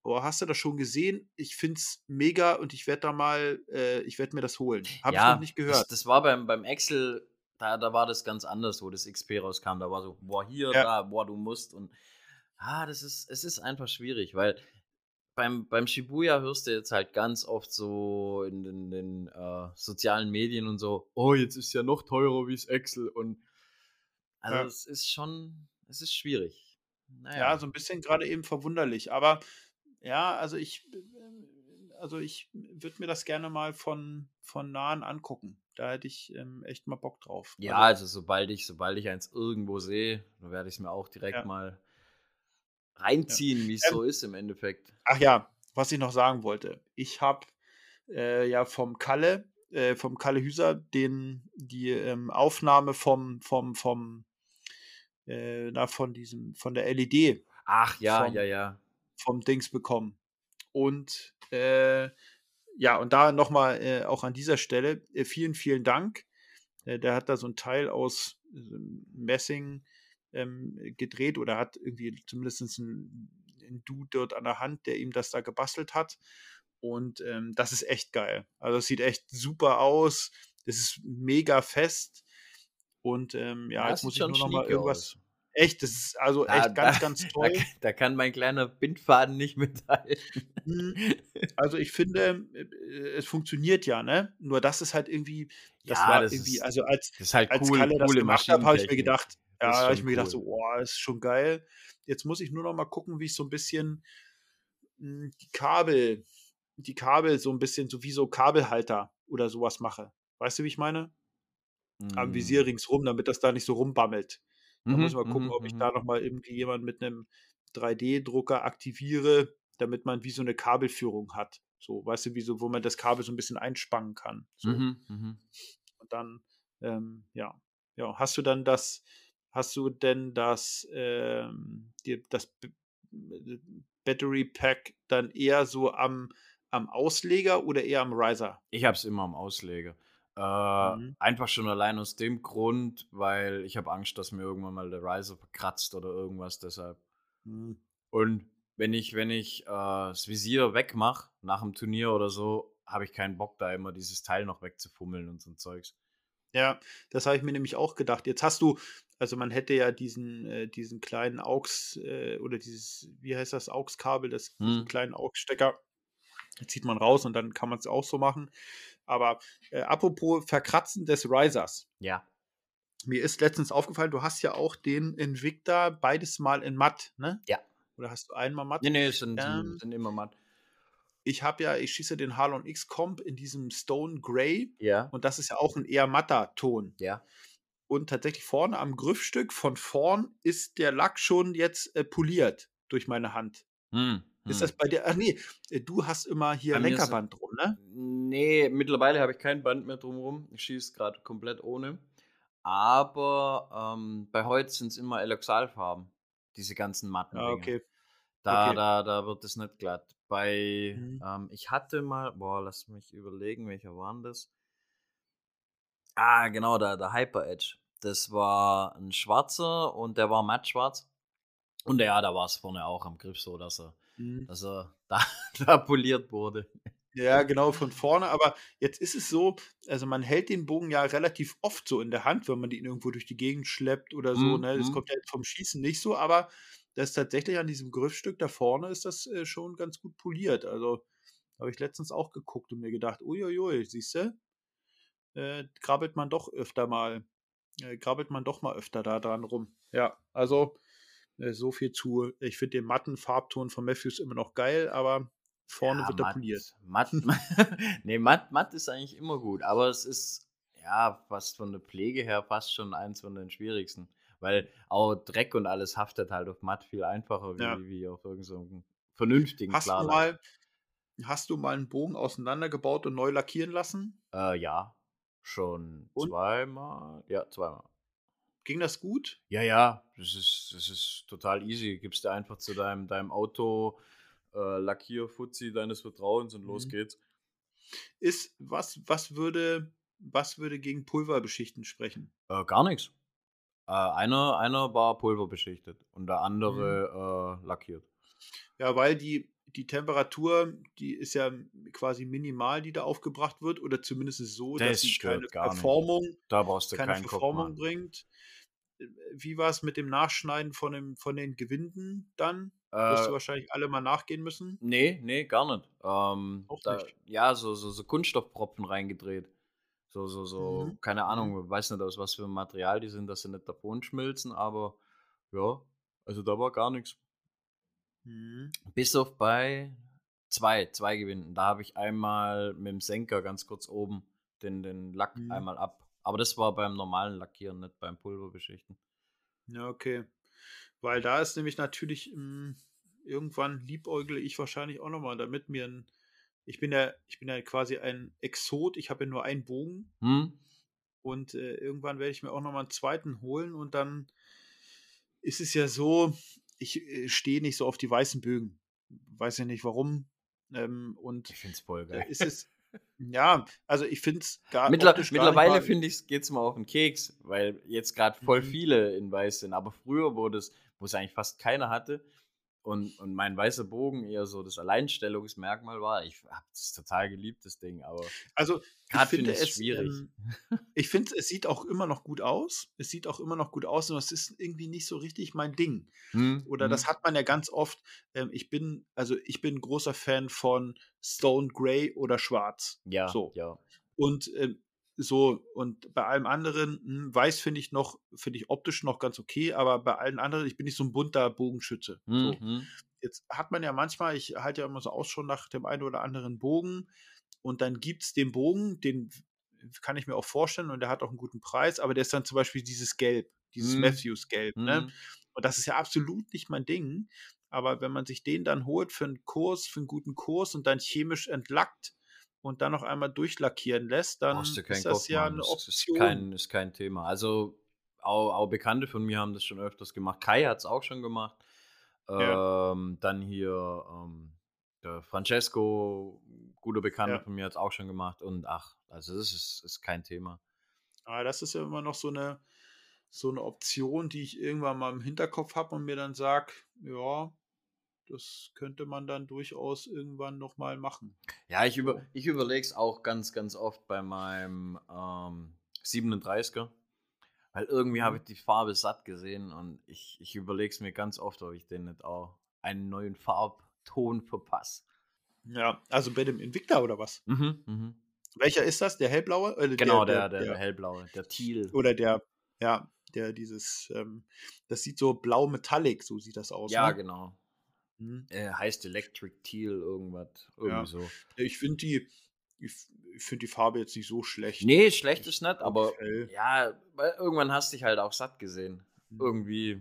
„Oh, hast du das schon gesehen? Ich finde es mega und ich werde da mal äh, ich werde mir das holen.“ Habe ich noch Ja, nicht das gehört. das war beim beim Excel, da da war das ganz anders, wo das X P rauskam. Da war so: „Boah, hier, Ja, da, boah, du musst“ und, ah, das ist es ist einfach schwierig, weil beim beim Shibuya hörst du jetzt halt ganz oft so in den den, äh, sozialen Medien und so: „Oh, jetzt ist ja noch teurer wie's Excel“ und also, ja. es ist schon es ist schwierig. Na Ja, ja. so 'n bisschen grade eben verwunderlich. Aber ja, also ich b äh, also ich würde mir das gerne mal von von Nahen angucken. Da hätte ich, ähm, echt mal Bock drauf. Ja, Also, also, sobald ich sobald ich eins irgendwo sehe, dann werde ich's mir auch direkt ja, mal ja. reinziehen, wie's Ähm, so ist im Endeffekt. ach ja, was ich noch sagen wollte. Ich habe, äh, ja vom Kalle äh, vom Kalle Hüser den die, ähm, Aufnahme vom vom vom, äh, na, von diesem von der L E D Ach ja, ja, vom ja. vom Dings bekommen. Und, äh, ja, und da noch mal, äh, auch an dieser Stelle, äh, vielen, vielen Dank. Äh, der hat da so 'n Teil aus, ähm, Messing, ähm, gedreht oder hat irgendwie zumindestens 'n 'n Dude dort an der Hand, der ihm das da gebastelt hat. Und, ähm, das ist echt geil. Also, es sieht echt super aus. Es ist mega fest. Und, ähm, ja, Ja, jetzt sieht muss ich schon nur noch mal schnieke irgendwas aus. echt, das ist also Da echt da ganz, ganz da toll. ka da kann mein kleiner Bindfaden nicht mithalten. Mhm. Also, ich finde, äh, äh, es funktioniert ja, ne? Nur das ist halt irgendwie das Ja, war das irgendwie ist also, als das ist halt als cool Kalle das coole gemacht hat, habe ich mir Maschinentechnik. gedacht Das ja, ist habe ich schon mir gedacht cool. so: „Oh, ist schon geil.“ Jetzt muss ich nur noch mal gucken, wie ich so 'n bisschen, hm, die Kabel die Kabel so 'n bisschen so wie so Kabelhalter oder so was mache. Weißt du, wie ich meine? Am Visier Hm. ringsrum, damit das da nicht so rumbammelt. Da muss ich Mhm, mal gucken, mhm, ob ich da mhm. noch mal irgendwie jemand mit 'nem drei D-Drucker aktiviere, damit man wie so 'ne Kabelführung hat. So, weißt du, wie so wo man das Kabel so 'n bisschen einspannen kann, so. Mhm, mhm. Und dann, ähm, ja. Ja, hast du dann das hast du denn das, ähm dir das B äh, Battery Pack dann eher so am am Ausleger oder eher am Riser? Ich habe es immer am Ausleger. Äh, Mhm. einfach schon allein aus dem Grund, weil ich habe Angst, dass mir irgendwann mal der Riser verkratzt oder irgendwas deshalb. Mhm. Und wenn ich wenn ich, äh, das Visier wegmache nach dem Turnier oder so, habe ich keinen Bock, da immer dieses Teil noch wegzufummeln und so 'n Zeugs. Ja, das habe ich mir nämlich auch gedacht. Jetzt hast du also, man hätte ja diesen äh, diesen kleinen AUX äh, oder dieses wie heißt das, AUX-Kabel, das diesen Mhm. kleinen AUX-Stecker, zieht man raus und dann kann man's auch so machen. Aber, äh, apropos Verkratzen des Risers. Ja. Mir ist letztens aufgefallen, du hast ja auch den Invicta beides mal in matt, ne? Ja. Oder hast du einmal Ne, matt? ne, es sind sind Ähm, sind immer matt. ich habe ja ich schieße den Halon X Comp in diesem Stone Grey Ja, und das ist ja auch 'n eher matter Ton. ja. Und tatsächlich vorne am Griffstück von vorn ist der Lack schon jetzt, äh, poliert durch meine Hand. Mhm, Ist das mhm. bei dir ach ne, äh, du hast immer hier Bei mir ist Lenkerband drum, ne? ne, mittlerweile habe ich kein Band mehr drumrum. Ich schieße grad komplett ohne. Aber, ähm, bei Holz sind's immer Eloxalfarben, diese ganzen matten Ah, Dinger. okay, Da okay. da da wird es nicht glatt. Bei Mhm. ähm, ich hatte mal boah, lass mich überlegen, welcher war 'n das? Ah, genau, der der Hyper Edge. Das war 'n schwarzer und der war mattschwarz. Und ja, da war's vorne auch am Griff so, dass er Mhm. dass er da da poliert wurde. Ja, genau, von vorne, aber jetzt ist es so, also, man hält den Bogen ja relativ oft so in der Hand, wenn man den irgendwo durch die Gegend schleppt oder so, Mhm, ne? Das mhm. kommt ja jetzt vom Schießen nicht so, aber das ist tatsächlich an diesem Griffstück da vorne ist das, äh, schon ganz gut poliert. Also, habe ich letztens auch geguckt und mir gedacht: „Ui, ui, ui, siehste, äh, krabbelt man doch öfter mal äh, krabbelt man doch mal öfter da dran rum.“ Ja, also, äh, so viel zu ich finde den matten Farbton von Mathews immer noch geil, aber vorne Ja, wird er matt poliert. matt ne, matt matt ist eigentlich immer gut, aber es ist, ja, fast von der Pflege her fast schon eins von den schwierigsten, weil auch Dreck und alles haftet halt auf matt viel einfacher Ja. wie wie auf irgend so 'n vernünftigen Hast du Klarlack. mal hast du mal 'n Bogen auseinandergebaut und neu lackieren lassen? Äh, ja, schon Und zweimal. Ja, zweimal. ging das gut? Ja, ja, das ist das ist total easy. Gibst du einfach zu deinem deinem Auto, äh, Lackierfuzzi deines Vertrauens und los Mhm. geht's. Ist was was würde was würde gegen Pulverbeschichten sprechen? Äh, gar nix. Äh, einer einer war pulverbeschichtet und der Mhm. andere, äh, lackiert. Ja, weil die die Temperatur, die ist ja quasi minimal, die da aufgebracht wird oder zumindest so, dass Das sie keine stört gar nicht. Verformung Da brauchst du keine keinen Kopf Verformung machen. bringt. Äh, wie war's mit dem Nachschneiden von dem von den Gewinden dann? Wirst Äh, du wahrscheinlich alle mal nachgehen müssen? ne, ne, gar nicht. Ähm, Auch da nicht. ja, so so so Kunststoffpropfen reingedreht. So so Mhm. so, keine Mhm. Ahnung, weiß nicht, aus was für 'n Material die sind, dass sie nicht davon schmilzen, aber ja, also da war gar nix. Mhm. Bis auf bei zwei zwei Gewinden. Da habe ich einmal mit'm Senker ganz kurz oben den den Lack Mhm. einmal ab. Aber das war beim normalen Lackieren, nicht beim Pulverbeschichten. Ja, okay. Weil da ist nämlich natürlich, hm, irgendwann liebäugle ich wahrscheinlich auch noch mal damit, mir 'n ich bin ja ich bin ja quasi ein Exot, ich habe ja nur einen Bogen Mhm. und, äh, irgendwann werde ich mir auch noch mal 'n zweiten holen und dann ist es ja so, ich, äh, stehe nicht so auf die weißen Bögen. Weiß ja nicht warum. Ähm, und Ich finde es voll da geil. ist es ja, also, ich finde es gar Mittler optisch gar nicht mittlerweile mal finde ich's geht's mir auf 'n Keks, weil jetzt grad voll mhm. viele in weiß sind. Aber früher, wo das wo's eigentlich fast keiner hatte und und mein weißer Bogen eher so das Alleinstellungsmerkmal war, ich habe das total geliebt, das Ding, aber Also, ich grad finde finde ich's es, schwierig. ähm ich finde, es sieht auch immer noch gut aus. Es sieht auch immer noch gut aus, nur es ist irgendwie nicht so richtig mein Ding. Mhm, Oder das mhm. hat man ja ganz oft. Ähm, ich bin also, ich bin großer Fan von Stone Grey oder Schwarz, Ja, so. ja. Und, ähm, so und bei allem anderen, hm, Weiß finde ich noch finde ich optisch noch ganz okay, aber bei allen anderen ich bin nicht so 'n bunter Bogenschütze, Mhm, so. mhm. Jetzt hat man ja manchmal ich halte ja immer so Ausschau nach dem einen oder anderen Bogen und dann gibt's den Bogen, den w kann ich mir auch vorstellen und der hat auch 'n guten Preis, aber der ist dann zum Beispiel dieses Gelb, dieses Mhm, Matthews-Gelb, ne? mhm. Und das ist ja absolut nicht mein Ding. Aber wenn man sich den dann holt für 'n Kurs für 'n guten Kurs und dann chemisch entlackt und dann noch einmal durchlackieren lässt, Brauchst dann dir keinen ist das Kopf ja machen. 'ne Das ist Option. kein ist kein Thema. Also, au auch Bekannte von mir haben das schon öfters gemacht. Kai hat's auch schon gemacht. Ja, Ähm, dann hier, ähm, der Francesco, guter Bekannter ja. von mir, hat's auch schon gemacht und ach, also das ist ist kein Thema. Aber das ist ja immer noch so 'ne so 'ne Option, die ich irgendwann mal im Hinterkopf habe und mir dann sage: „Ja, das könnte man dann durchaus irgendwann noch mal machen.“ Ja, ich über So. ich überlege es auch ganz, ganz oft bei meinem, ähm, siebenunddreißiger, weil irgendwie habe Mhm. ich die Farbe satt gesehen und ich ich überlege es mir ganz oft, ob ich den nicht auch einen neuen Farbton verpasse. Ja, also bei dem Invicta oder was? Mhm, mhm. Welcher ist das? Der hellblaue? Oder der Genau, der der der der der hellblaue, der Teal. oder der ja, der dieses, ähm das sieht so blau Metallic, so sieht das aus, Ja, ne? genau. Mhm. Äh, heißt Electric Teal irgendwas, irgendwie Ja. so. Ja, ich finde die ich f ich finde die Farbe jetzt nicht so schlecht. Ne, Die schlecht ist ist nicht, relativ aber hell. ja, weil irgendwann hast dich halt auch satt gesehen. Mhm. Irgendwie,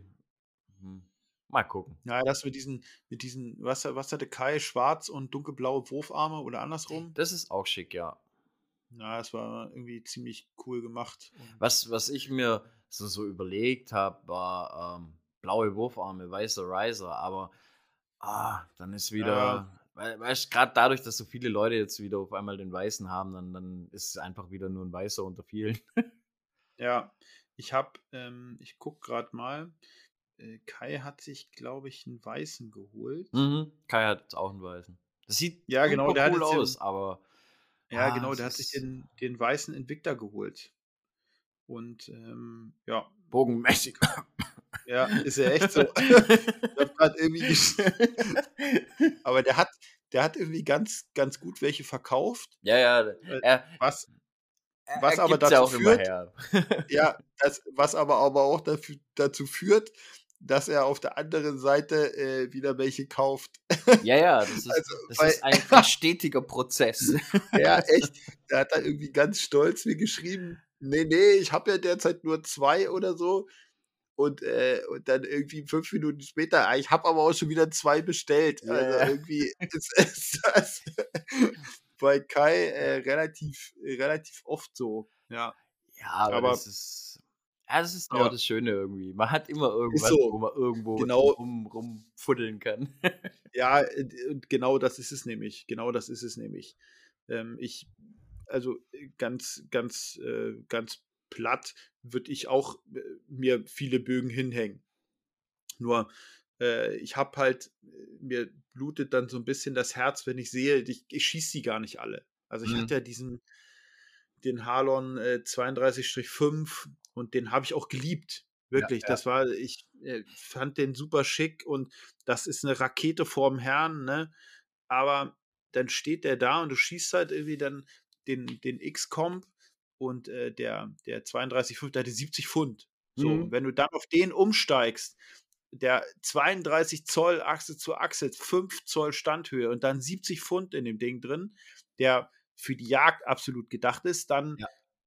hm, mal gucken. Ja, das mit diesen mit diesen was was hatte Kai? Schwarz und dunkelblaue Wurfarme oder andersrum? Das ist auch schick, ja. Ja, das war irgendwie ziemlich cool gemacht und Was was ich mir so so überlegt habe, war, ähm, blaue Wurfarme, weißer Riser, aber, ah, dann ist ja, wieder wei weißt, grad dadurch, dass so viele Leute jetzt wieder auf einmal den weißen haben, dann dann ist es einfach wieder nur 'n weißer unter vielen. ja. Ich habe ähm, ich gucke grad mal. Äh, Kai hat sich, glaube ich, 'n weißen geholt. Mhm. Kai hat jetzt auch 'n weißen. Das sieht Ja, genau, super der hat cool jetzt aus, den aber, ja, ah, genau, es der hat sich ist den den weißen Invicta geholt. Und, ähm, ja, bogenmäßig. Ka ja, ist ja echt so. Ich habe grad irgendwie gesch aber der hat der hat irgendwie ganz ganz gut welche verkauft, Ja, ja, äh, er was er was er aber gibt's ja dazu auch immer führt her. ja, das was aber aber auch dafü dazu führt, dass er auf der anderen Seite, äh, wieder welche kauft. Ja, ja, das ist Also, das weil ist ein ein stetiger Prozess. ja, echt, der hat da irgendwie ganz stolz mir geschrieben: „Ne, ne, ich habe ja derzeit nur zwei oder so.“ Und, äh und dann irgendwie fünf Minuten später: „Ah, ich habe aber auch schon wieder zwei bestellt.“ Ja, Also, ja. irgendwie ist ist das bei Kai, äh, relativ relativ oft so, ja. Ja, aber das Aber ist ja, das ist aber ja, das Schöne irgendwie. Man hat immer ist irgendwas, so. wo man irgendwo drin Genau, rum rumfuddeln kann. ja, äh, d und genau das ist es nämlich. Genau das ist es nämlich. Ähm, ich also, äh, ganz ganz, äh ganz platt würde ich auch, äh, mir viele Bögen hinhängen. Nur, äh, ich habe halt äh, mir blutet dann so 'n bisschen das Herz, wenn ich sehe, ich ich schieße die gar nicht alle. Also, ich Mhm. hatte ja diesen den Halon, äh, zweiunddreißig fünf und den habe ich auch geliebt. Ja, Wirklich, ja. das war ich, äh, fand den super schick und das ist 'ne Rakete vorm Herrn, ne? Aber dann steht der da und du schießt halt irgendwie dann den den X-Comp und, äh, der der zweiunddreißig fünf, der hatte siebzig Pfund. So, und Mhm. wenn du dann auf den umsteigst, der zweiunddreißig Zoll Achse zu Achse, fünf Zoll Standhöhe und dann siebzig Pfund in dem Ding drin, der für die Jagd absolut gedacht ist, dann Ja.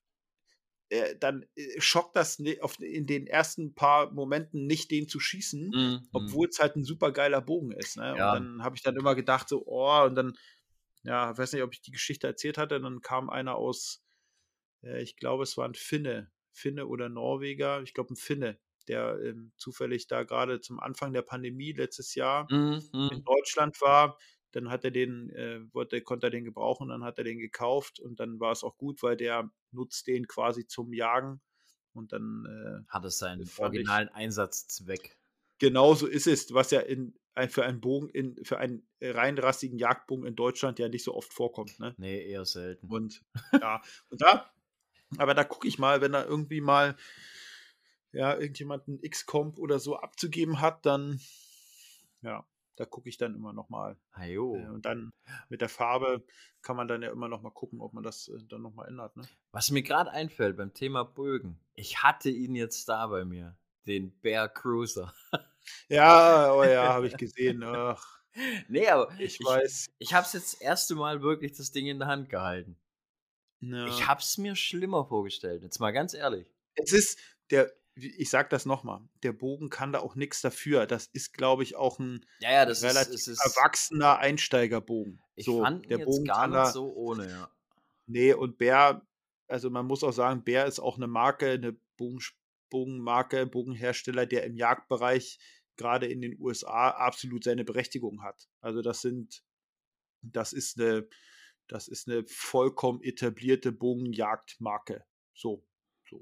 äh, dann, äh, schockt das ne auf in den ersten paar Momenten nicht, den zu schießen, Mhm, mhm. obwohl's halt 'n supergeiler Bogen ist, ne? Und Ja. dann habe ich dann immer gedacht so: „Oh“, und dann ja, weiß nicht, ob ich die Geschichte erzählt hatte, dann kam einer aus äh, ich glaube, es war 'n Finne Finne oder Norweger, ich glaube 'n Finne, der, ähm, zufällig da grade zum Anfang der Pandemie letztes Jahr Mhm, in mhm. Deutschland war. Dann hat er den äh, wollte konnte er den gebrauchen, dann hat er den gekauft und dann war's auch gut, weil der nutzt den quasi zum Jagen und dann, Hat es äh, seinen fand ich originalen Einsatzzweck. Genau so ist es, was ja in ein für einen Bogen in für einen reinrassigen Jagdbogen in Deutschland ja nicht so oft vorkommt, ne? Ne, eher selten. Und ja, und da aber da gucke ich mal, wenn da irgendwie mal ja, irgendjemand 'n X-Comp oder so abzugeben hat, dann ja, da gucke ich dann immer noch mal. Ah, Äh, jo. und dann mit der Farbe kann man dann ja immer noch mal gucken, ob man das, äh, dann noch mal ändert, ne? Was mir grad einfällt beim Thema Bögen, ich hatte ihn jetzt da bei mir, den Bear Cruiser. Ja, oh ja, habe ich gesehen. Ach, Ne, aber ich ich weiß. ich habe es jetzt das erste Mal wirklich das Ding in der Hand gehalten. Ich Ja. habe es mir schlimmer vorgestellt, jetzt mal ganz ehrlich. Es ist der w ich sage das noch mal, der Bogen kann da auch nix dafür. Das ist, glaube ich, auch 'n Ja, ja, das ist relativ es ist erwachsener Einsteigerbogen. Ich So, fand ihn der jetzt Bogen gar kann nicht da so ohne, ja. Ne, und Bear also, man muss auch sagen, Bear ist auch 'ne Marke, 'ne Bogensch Bogenmarke, Bogenhersteller, der im Jagdbereich grade in den USA absolut seine Berechtigung hat. Also, das sind das ist 'ne das ist 'ne vollkommen etablierte Bogenjagdmarke. So, so.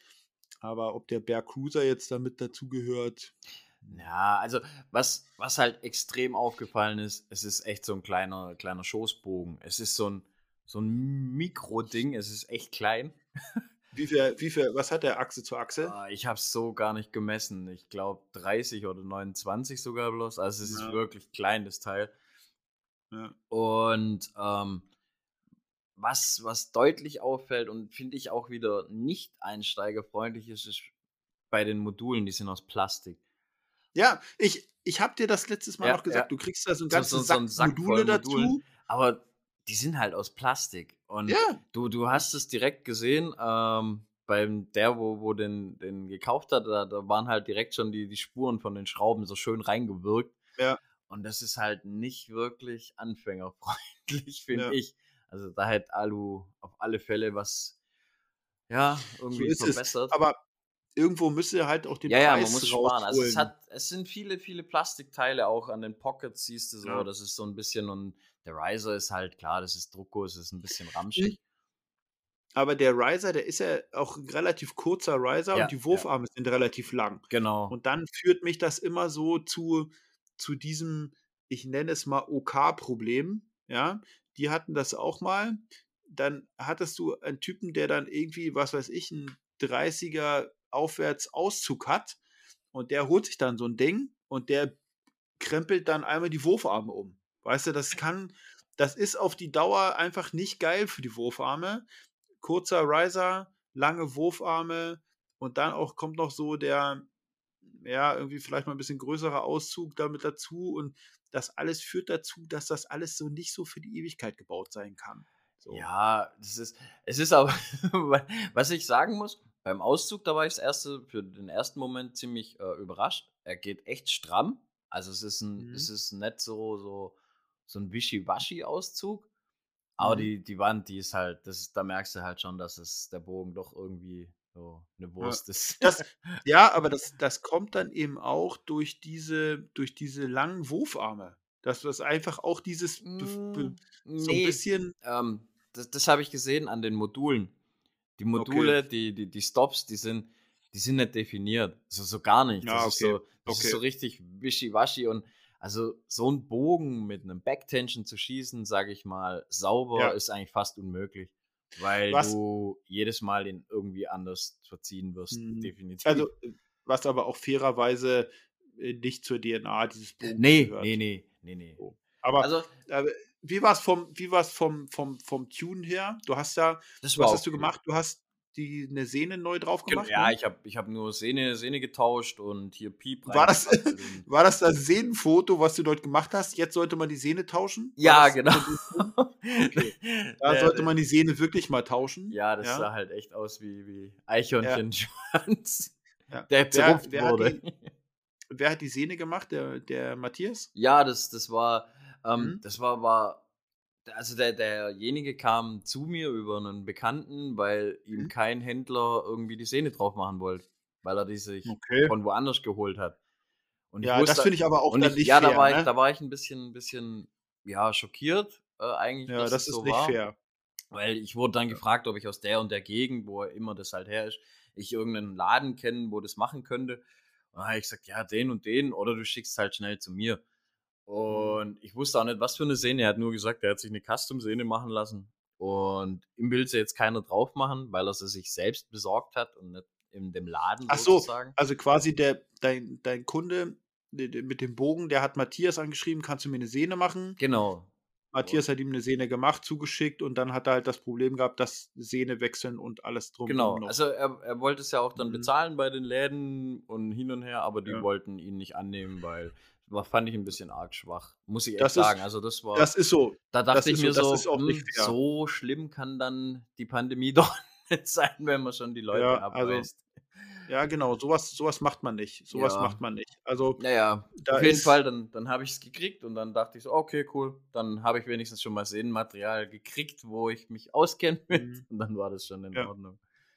Aber ob der Bear Cruiser jetzt da mit dazugehört, hm. Ja, also, was was halt extrem aufgefallen ist, es ist echt so 'n kleiner kleiner Schoßbogen. Es ist so 'n so 'n Mikroding, es ist echt klein. Wie viel wie viel was hat der Achse zu Achse? Ah, ich habe es so gar nicht gemessen. Ich glaube dreißig oder neunundzwanzig sogar bloß. Also, es ist Ja. wirklich klein, das Teil. Ja. Und, ähm was was deutlich auffällt und finde ich auch wieder nicht einsteigerfreundlich ist, ist bei den Modulen, die sind aus Plastik. Ja, ich ich habe dir das letztes Mal Ja, noch ja. gesagt, du kriegst da so 'n So ganzen so so 'n Sack Sack voll Module Modulen, dazu. aber die sind halt aus Plastik. Und Ja, du du hast ich es direkt gesehen, ähm, beim der, wo wo den den gekauft hat, da da waren halt direkt schon die die Spuren von den Schrauben so schön reingewirkt. Ja. Und das ist halt nicht wirklich anfängerfreundlich, finde Ja. ich. Also, da hätte Alu auf alle Fälle was, ja, So irgendwie ist es. verbessert. Aber irgendwo müsst ihr halt auch den Ja, ja, man Preis muss sparen. Also, es rausholen. hat es sind viele, viele Plastikteile auch an den Pockets siehst du so, Ja. das ist so 'n bisschen und der Riser ist halt klar, das ist Druckguss, ist 'n bisschen Hm. ramschig. Aber der Riser, der ist ja auch 'n relativ kurzer Riser und Ja, die ja. Wurfarme sind relativ lang. Genau. Und dann führt mich das immer so zu zu diesem, ich nenne es mal OK-Problem, ja? Die hatten das auch mal. Dann hattest du einen Typen, der dann irgendwie, was weiß ich, 'n dreißiger aufwärts Auszug hat und der holt sich dann so 'n Ding und der krempelt dann einmal die Wurfarme um. Weißt du, das kann das ist auf die Dauer einfach nicht geil für die Wurfarme. Kurzer Riser, lange Wurfarme und dann auch kommt noch so der ja, irgendwie vielleicht mal 'n bisschen größerer Auszug da mit dazu und das alles führt dazu, dass das alles so nicht so für die Ewigkeit gebaut sein kann, so. Ja, das ist es ist aber wa was ich sagen muss, beim Auszug, da war ich das erste für den ersten Moment ziemlich, äh, überrascht. Er geht echt stramm. Also, es ist 'n es Mhm. ist nicht so so so 'n Wischiwaschi-Auszug, aber Mhm. die die Wand, die ist halt das ist da merkst du halt schon, dass es der Bogen doch irgendwie so 'ne Ja. Wurst ist. Das ja, aber das das kommt dann eben auch durch diese durch diese langen Wurfarme, dass das einfach auch dieses bef be Hm, so 'n ne, bisschen ähm, das das habe ich gesehen an den Modulen. Die Okay. Module, die die die Stops, die sind die sind nicht definiert. Also, so gar nicht. Das Ja, ist okay, so das ist okay. so richtig wischiwaschi und also, so 'n Bogen mit 'nem Backtension zu schießen, sage ich mal, sauber, Ja. ist eigentlich fast unmöglich, weil Was du jedes Mal den irgendwie anders verziehen wirst, Mhm. definitiv. Also, äh, was aber auch fairerweise, äh, nicht zur D N A dieses Bogens Ne, ne, gehört. ne, ne, ne. So. Aber, Also äh, wie war's vom wie war's vom vom vom Tune her? Du hast ja Das war was hast du okay. gemacht? Du hast die 'ne Sehne neu drauf Gen gemacht, ja, ne? ich habe ich habe nur Sehne Sehne getauscht und hier Piep War das reingebastelt und war das das Sehnenfoto, was du dort gemacht hast? Jetzt sollte man die Sehne tauschen? War Ja, das genau. unter dem Punkt? Okay. Da Der sollte der man die Sehne wirklich mal tauschen, Ja, das ja? sah halt echt aus wie wie Ja. Eichhörnchenschwanz, Ja. der Wer zerrupft wer hat wurde. die wer hat die Sehne gemacht? Der der Matthias? Ja, das das war ähm, Mhm. das war war also, der derjenige kam zu mir über 'nen Bekannten, weil ihm Mhm. kein Händler irgendwie die Sehne drauf machen wollte, weil er die sich Okay. von woanders geholt hat. Und ich Ja, das wusste finde ich aber auch und dann ich nicht ja, da fair, war ich ne? da war ich 'n bisschen bisschen, ja, schockiert, äh, eigentlich, Ja, dass das es ist so nicht war, fair. weil ich wurde dann Ja. gefragt, ob ich aus der und der Gegend, wo immer das halt her ist, ich irgend 'nen Laden kenne, wo das machen könnte. Und dann habe ich gesagt: „Ja, den und den oder du schickst halt schnell zu mir.“ Mhm. Und ich wusste auch nicht, was für 'ne Sehne. Er hat nur gesagt, er hat sich 'ne Custom-Sehne machen lassen und ihm will sie jetzt keiner drauf machen, weil er sie sich selbst besorgt hat und nicht in dem Laden Ach so, sozusagen. also, quasi der dein dein Kunde, de de mit dem Bogen, der hat Matthias angeschrieben: „Kannst du mir 'ne Sehne machen?“ Genau. Und Matthias hat ihm 'ne Sehne gemacht, zugeschickt und dann hat er halt das Problem gehabt, dass Sehne wechseln und alles drumrum Genau. noch. Also, er er wollte es ja auch dann Mhm. bezahlen bei den Läden und hin und her, aber die Ja. wollten ihn nicht annehmen, weil war fand ich 'n bisschen arg schwach, muss ich echt Das ist sagen. Also, das war das ist so. da Das dachte ich ist so. mir Das ist so: auch nicht „Hm, fair. so schlimm kann dann die Pandemie doch nicht sein, wenn man schon die Leute Ja, also abweist.“ ja, genau, so was so was macht man nicht. So was Ja. macht man nicht. Also, Na ja, da auf jeden Fall, ist dann dann habe ich's gekriegt und dann dachte ich so: „Okay, cool, dann habe ich wenigstens schon mal Sehnenmaterial gekriegt, wo ich mich auskenne mit.“ Mhm. Und dann war das schon in Ja. Ordnung.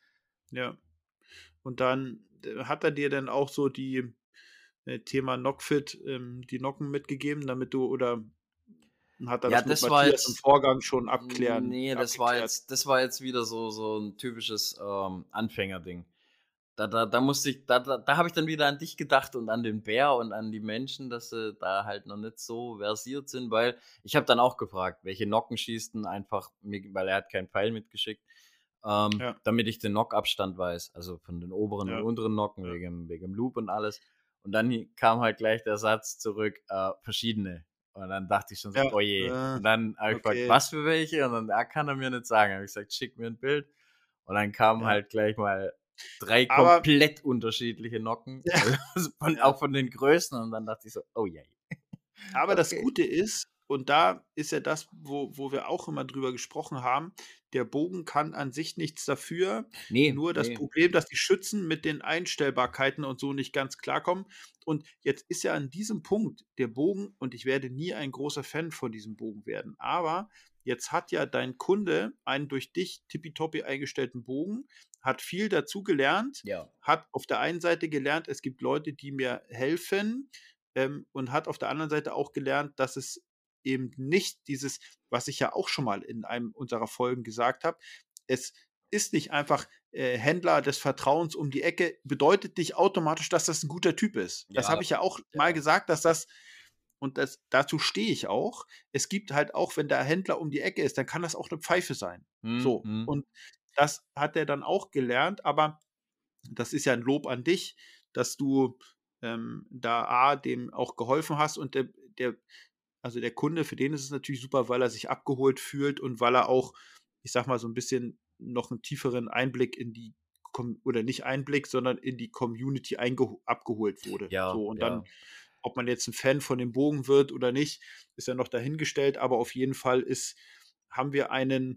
Ja. Und dann, äh, hat er dir denn auch so die, äh, Thema Knockfit, ähm, die Nocken mitgegeben, damit du oder hat er Ja, das mit das war Matthias im jetzt Vorgang schon abklären ne, das war abgeklärt? jetzt das war jetzt wieder so so 'n typisches, ähm, Anfängerding. Da da da musste ich da da da habe ich dann wieder an dich gedacht und an den Bär und an die Menschen, dass sie da halt noch nicht so versiert sind, weil ich habe dann auch gefragt, welche Nocken schießt 'n einfach mir weil er hat keinen Pfeil mitgeschickt, ähm, Ja. damit ich den Nockabstand weiß, also, von den oberen und Ja. unteren Nocken Ja. wegen wegen dem Loop und alles. Und dann hi kam halt gleich der Satz zurück, äh, verschiedene. Und dann dachte ich schon so: Ja, „Oh je.“ äh, Und dann habe ich gefragt: okay. „Was für welche?“ Und dann: „Ja, kann er mir nicht sagen.“ Habe ich gesagt: „Schick mir 'n Bild.“ Und dann kamen Ja. halt gleich mal drei Aber komplett unterschiedliche Nocken, Ja. also, von Ja. auch von den Größen und dann dachte ich so: „Oh je.“ Aber das Okay. Gute ist und da ist ja das, wo wo wir auch immer drüber gesprochen haben, der Bogen kann an sich nichts dafür, Ne, nur das ne. Problem, dass die Schützen mit den Einstellbarkeiten und so nicht ganz klarkommen. Und jetzt ist ja an diesem Punkt der Bogen und ich werde nie ein großer Fan von diesem Bogen werden, aber jetzt hat ja dein Kunde einen durch dich tippitoppi eingestellten Bogen, hat viel dazugelernt, Ja. hat auf der einen Seite gelernt, es gibt Leute, die mir helfen, ähm, und hat auf der anderen Seite auch gelernt, dass es eben nicht dieses was ich ja auch schon mal in einem unserer Folgen gesagt habe, es ist nicht einfach, äh, Händler des Vertrauens um die Ecke, bedeutet nicht automatisch, dass das 'n guter Typ ist. Das Ja, habe ich ja auch mal ja. gesagt, dass das und das dazu stehe ich auch. Es gibt halt auch, wenn der Händler um die Ecke ist, dann kann das auch 'ne Pfeife sein. Mhm, So, mhm. und das hat er dann auch gelernt, aber das ist ja 'n Lob an dich, dass du, ähm, da A, dem auch geholfen hast und der der also, der Kunde, für den ist es natürlich super, weil er sich abgeholt fühlt und weil er auch, ich sage mal, so 'n bisschen noch 'n tieferen Einblick in die Com oder nicht Einblick, sondern in die Community eingeho abgeholt wurde. Ja, So, und dann, ja. ob man jetzt 'n Fan von dem Bogen wird oder nicht, ist ja noch dahingestellt, aber auf jeden Fall ist haben wir einen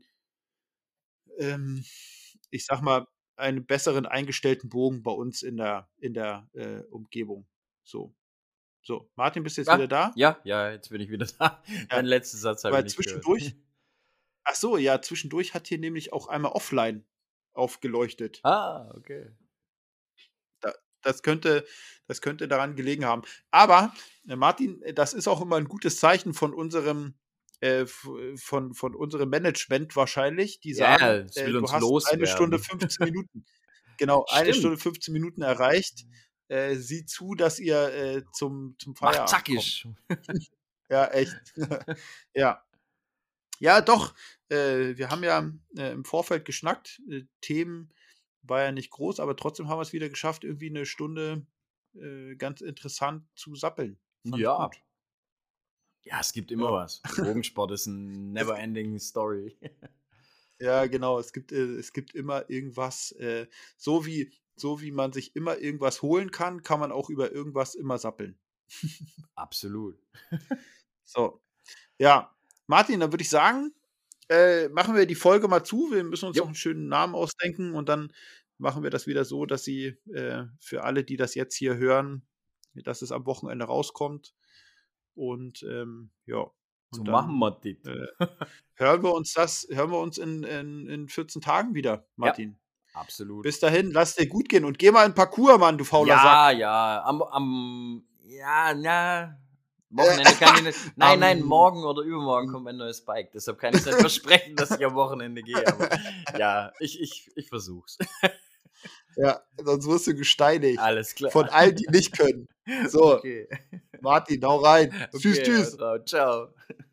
ähm, ich sage mal, einen besseren eingestellten Bogen bei uns in der in der, äh, Umgebung. So. So, Martin, bist du jetzt wieder Ja, da? ja, ja, jetzt bin ich wieder da. Ja, Deinen letzten Satz habe ich weil nicht gehört. zwischendurch ach so, ja, zwischendurch hat hier nämlich auch einmal offline aufgeleuchtet. Ah, okay. Da das könnte das könnte daran gelegen haben. Aber, äh, Martin, äh, das ist auch immer 'n gutes Zeichen von unserem äh, v von von unserem Management wahrscheinlich, die Ja, sagen, es äh, will du uns hast eine Stunde loswerden. fünfzehn Minuten. Genau, eine Stunde, Stimmt. fünfzehn Minuten erreicht. Äh, sieh zu, dass ihr, äh, zum zum Mach Feierabend kommt. zackig. Ja, echt. Ja. Ja, doch, äh, wir haben ja, äh, im Vorfeld geschnackt. Äh, Themen war ja nicht groß, aber trotzdem haben wir's wieder geschafft, irgendwie 'ne Stunde, äh, ganz interessant zu sappeln. Fand ich Ja. gut. Ja, es gibt immer Ja. was. Bogensport ist 'n Es never ending story. Ja, genau. Es gibt, äh es gibt immer irgendwas, äh, so wie so wie man sich immer irgendwas holen kann, kann man auch über irgendwas immer sappeln. Absolut. So, ja. Martin, dann würde ich sagen, äh, machen wir die Folge mal zu. Wir müssen uns noch Jo. 'n schönen Namen ausdenken und dann machen wir das wieder so, dass sie, äh, für alle, die das jetzt hier hören dass es am Wochenende rauskommt. Und, ähm, ja, So und machen dann, wir dit. äh, hören wir uns das hören wir uns in in in vierzehn Tagen wieder, Ja, Martin. absolut. Bis dahin, lass dir gut gehen und geh mal in Parcours, Mann, du fauler Ja, Sack. ja, am am ja, na, Wochenende kann ich nicht nein, nein, Am morgen oder übermorgen hm. kommt mein neues Bike. Deshalb kann ich's nicht versprechen, dass ich am Wochenende gehe, aber ja, ich ich ich versuche es. Ja, sonst wirst du gesteinigt Alles von klar. allen, die nicht können. So, Okay. Martin, hau rein. Tschüss, Okay, haut tschüss. rein. Tschau.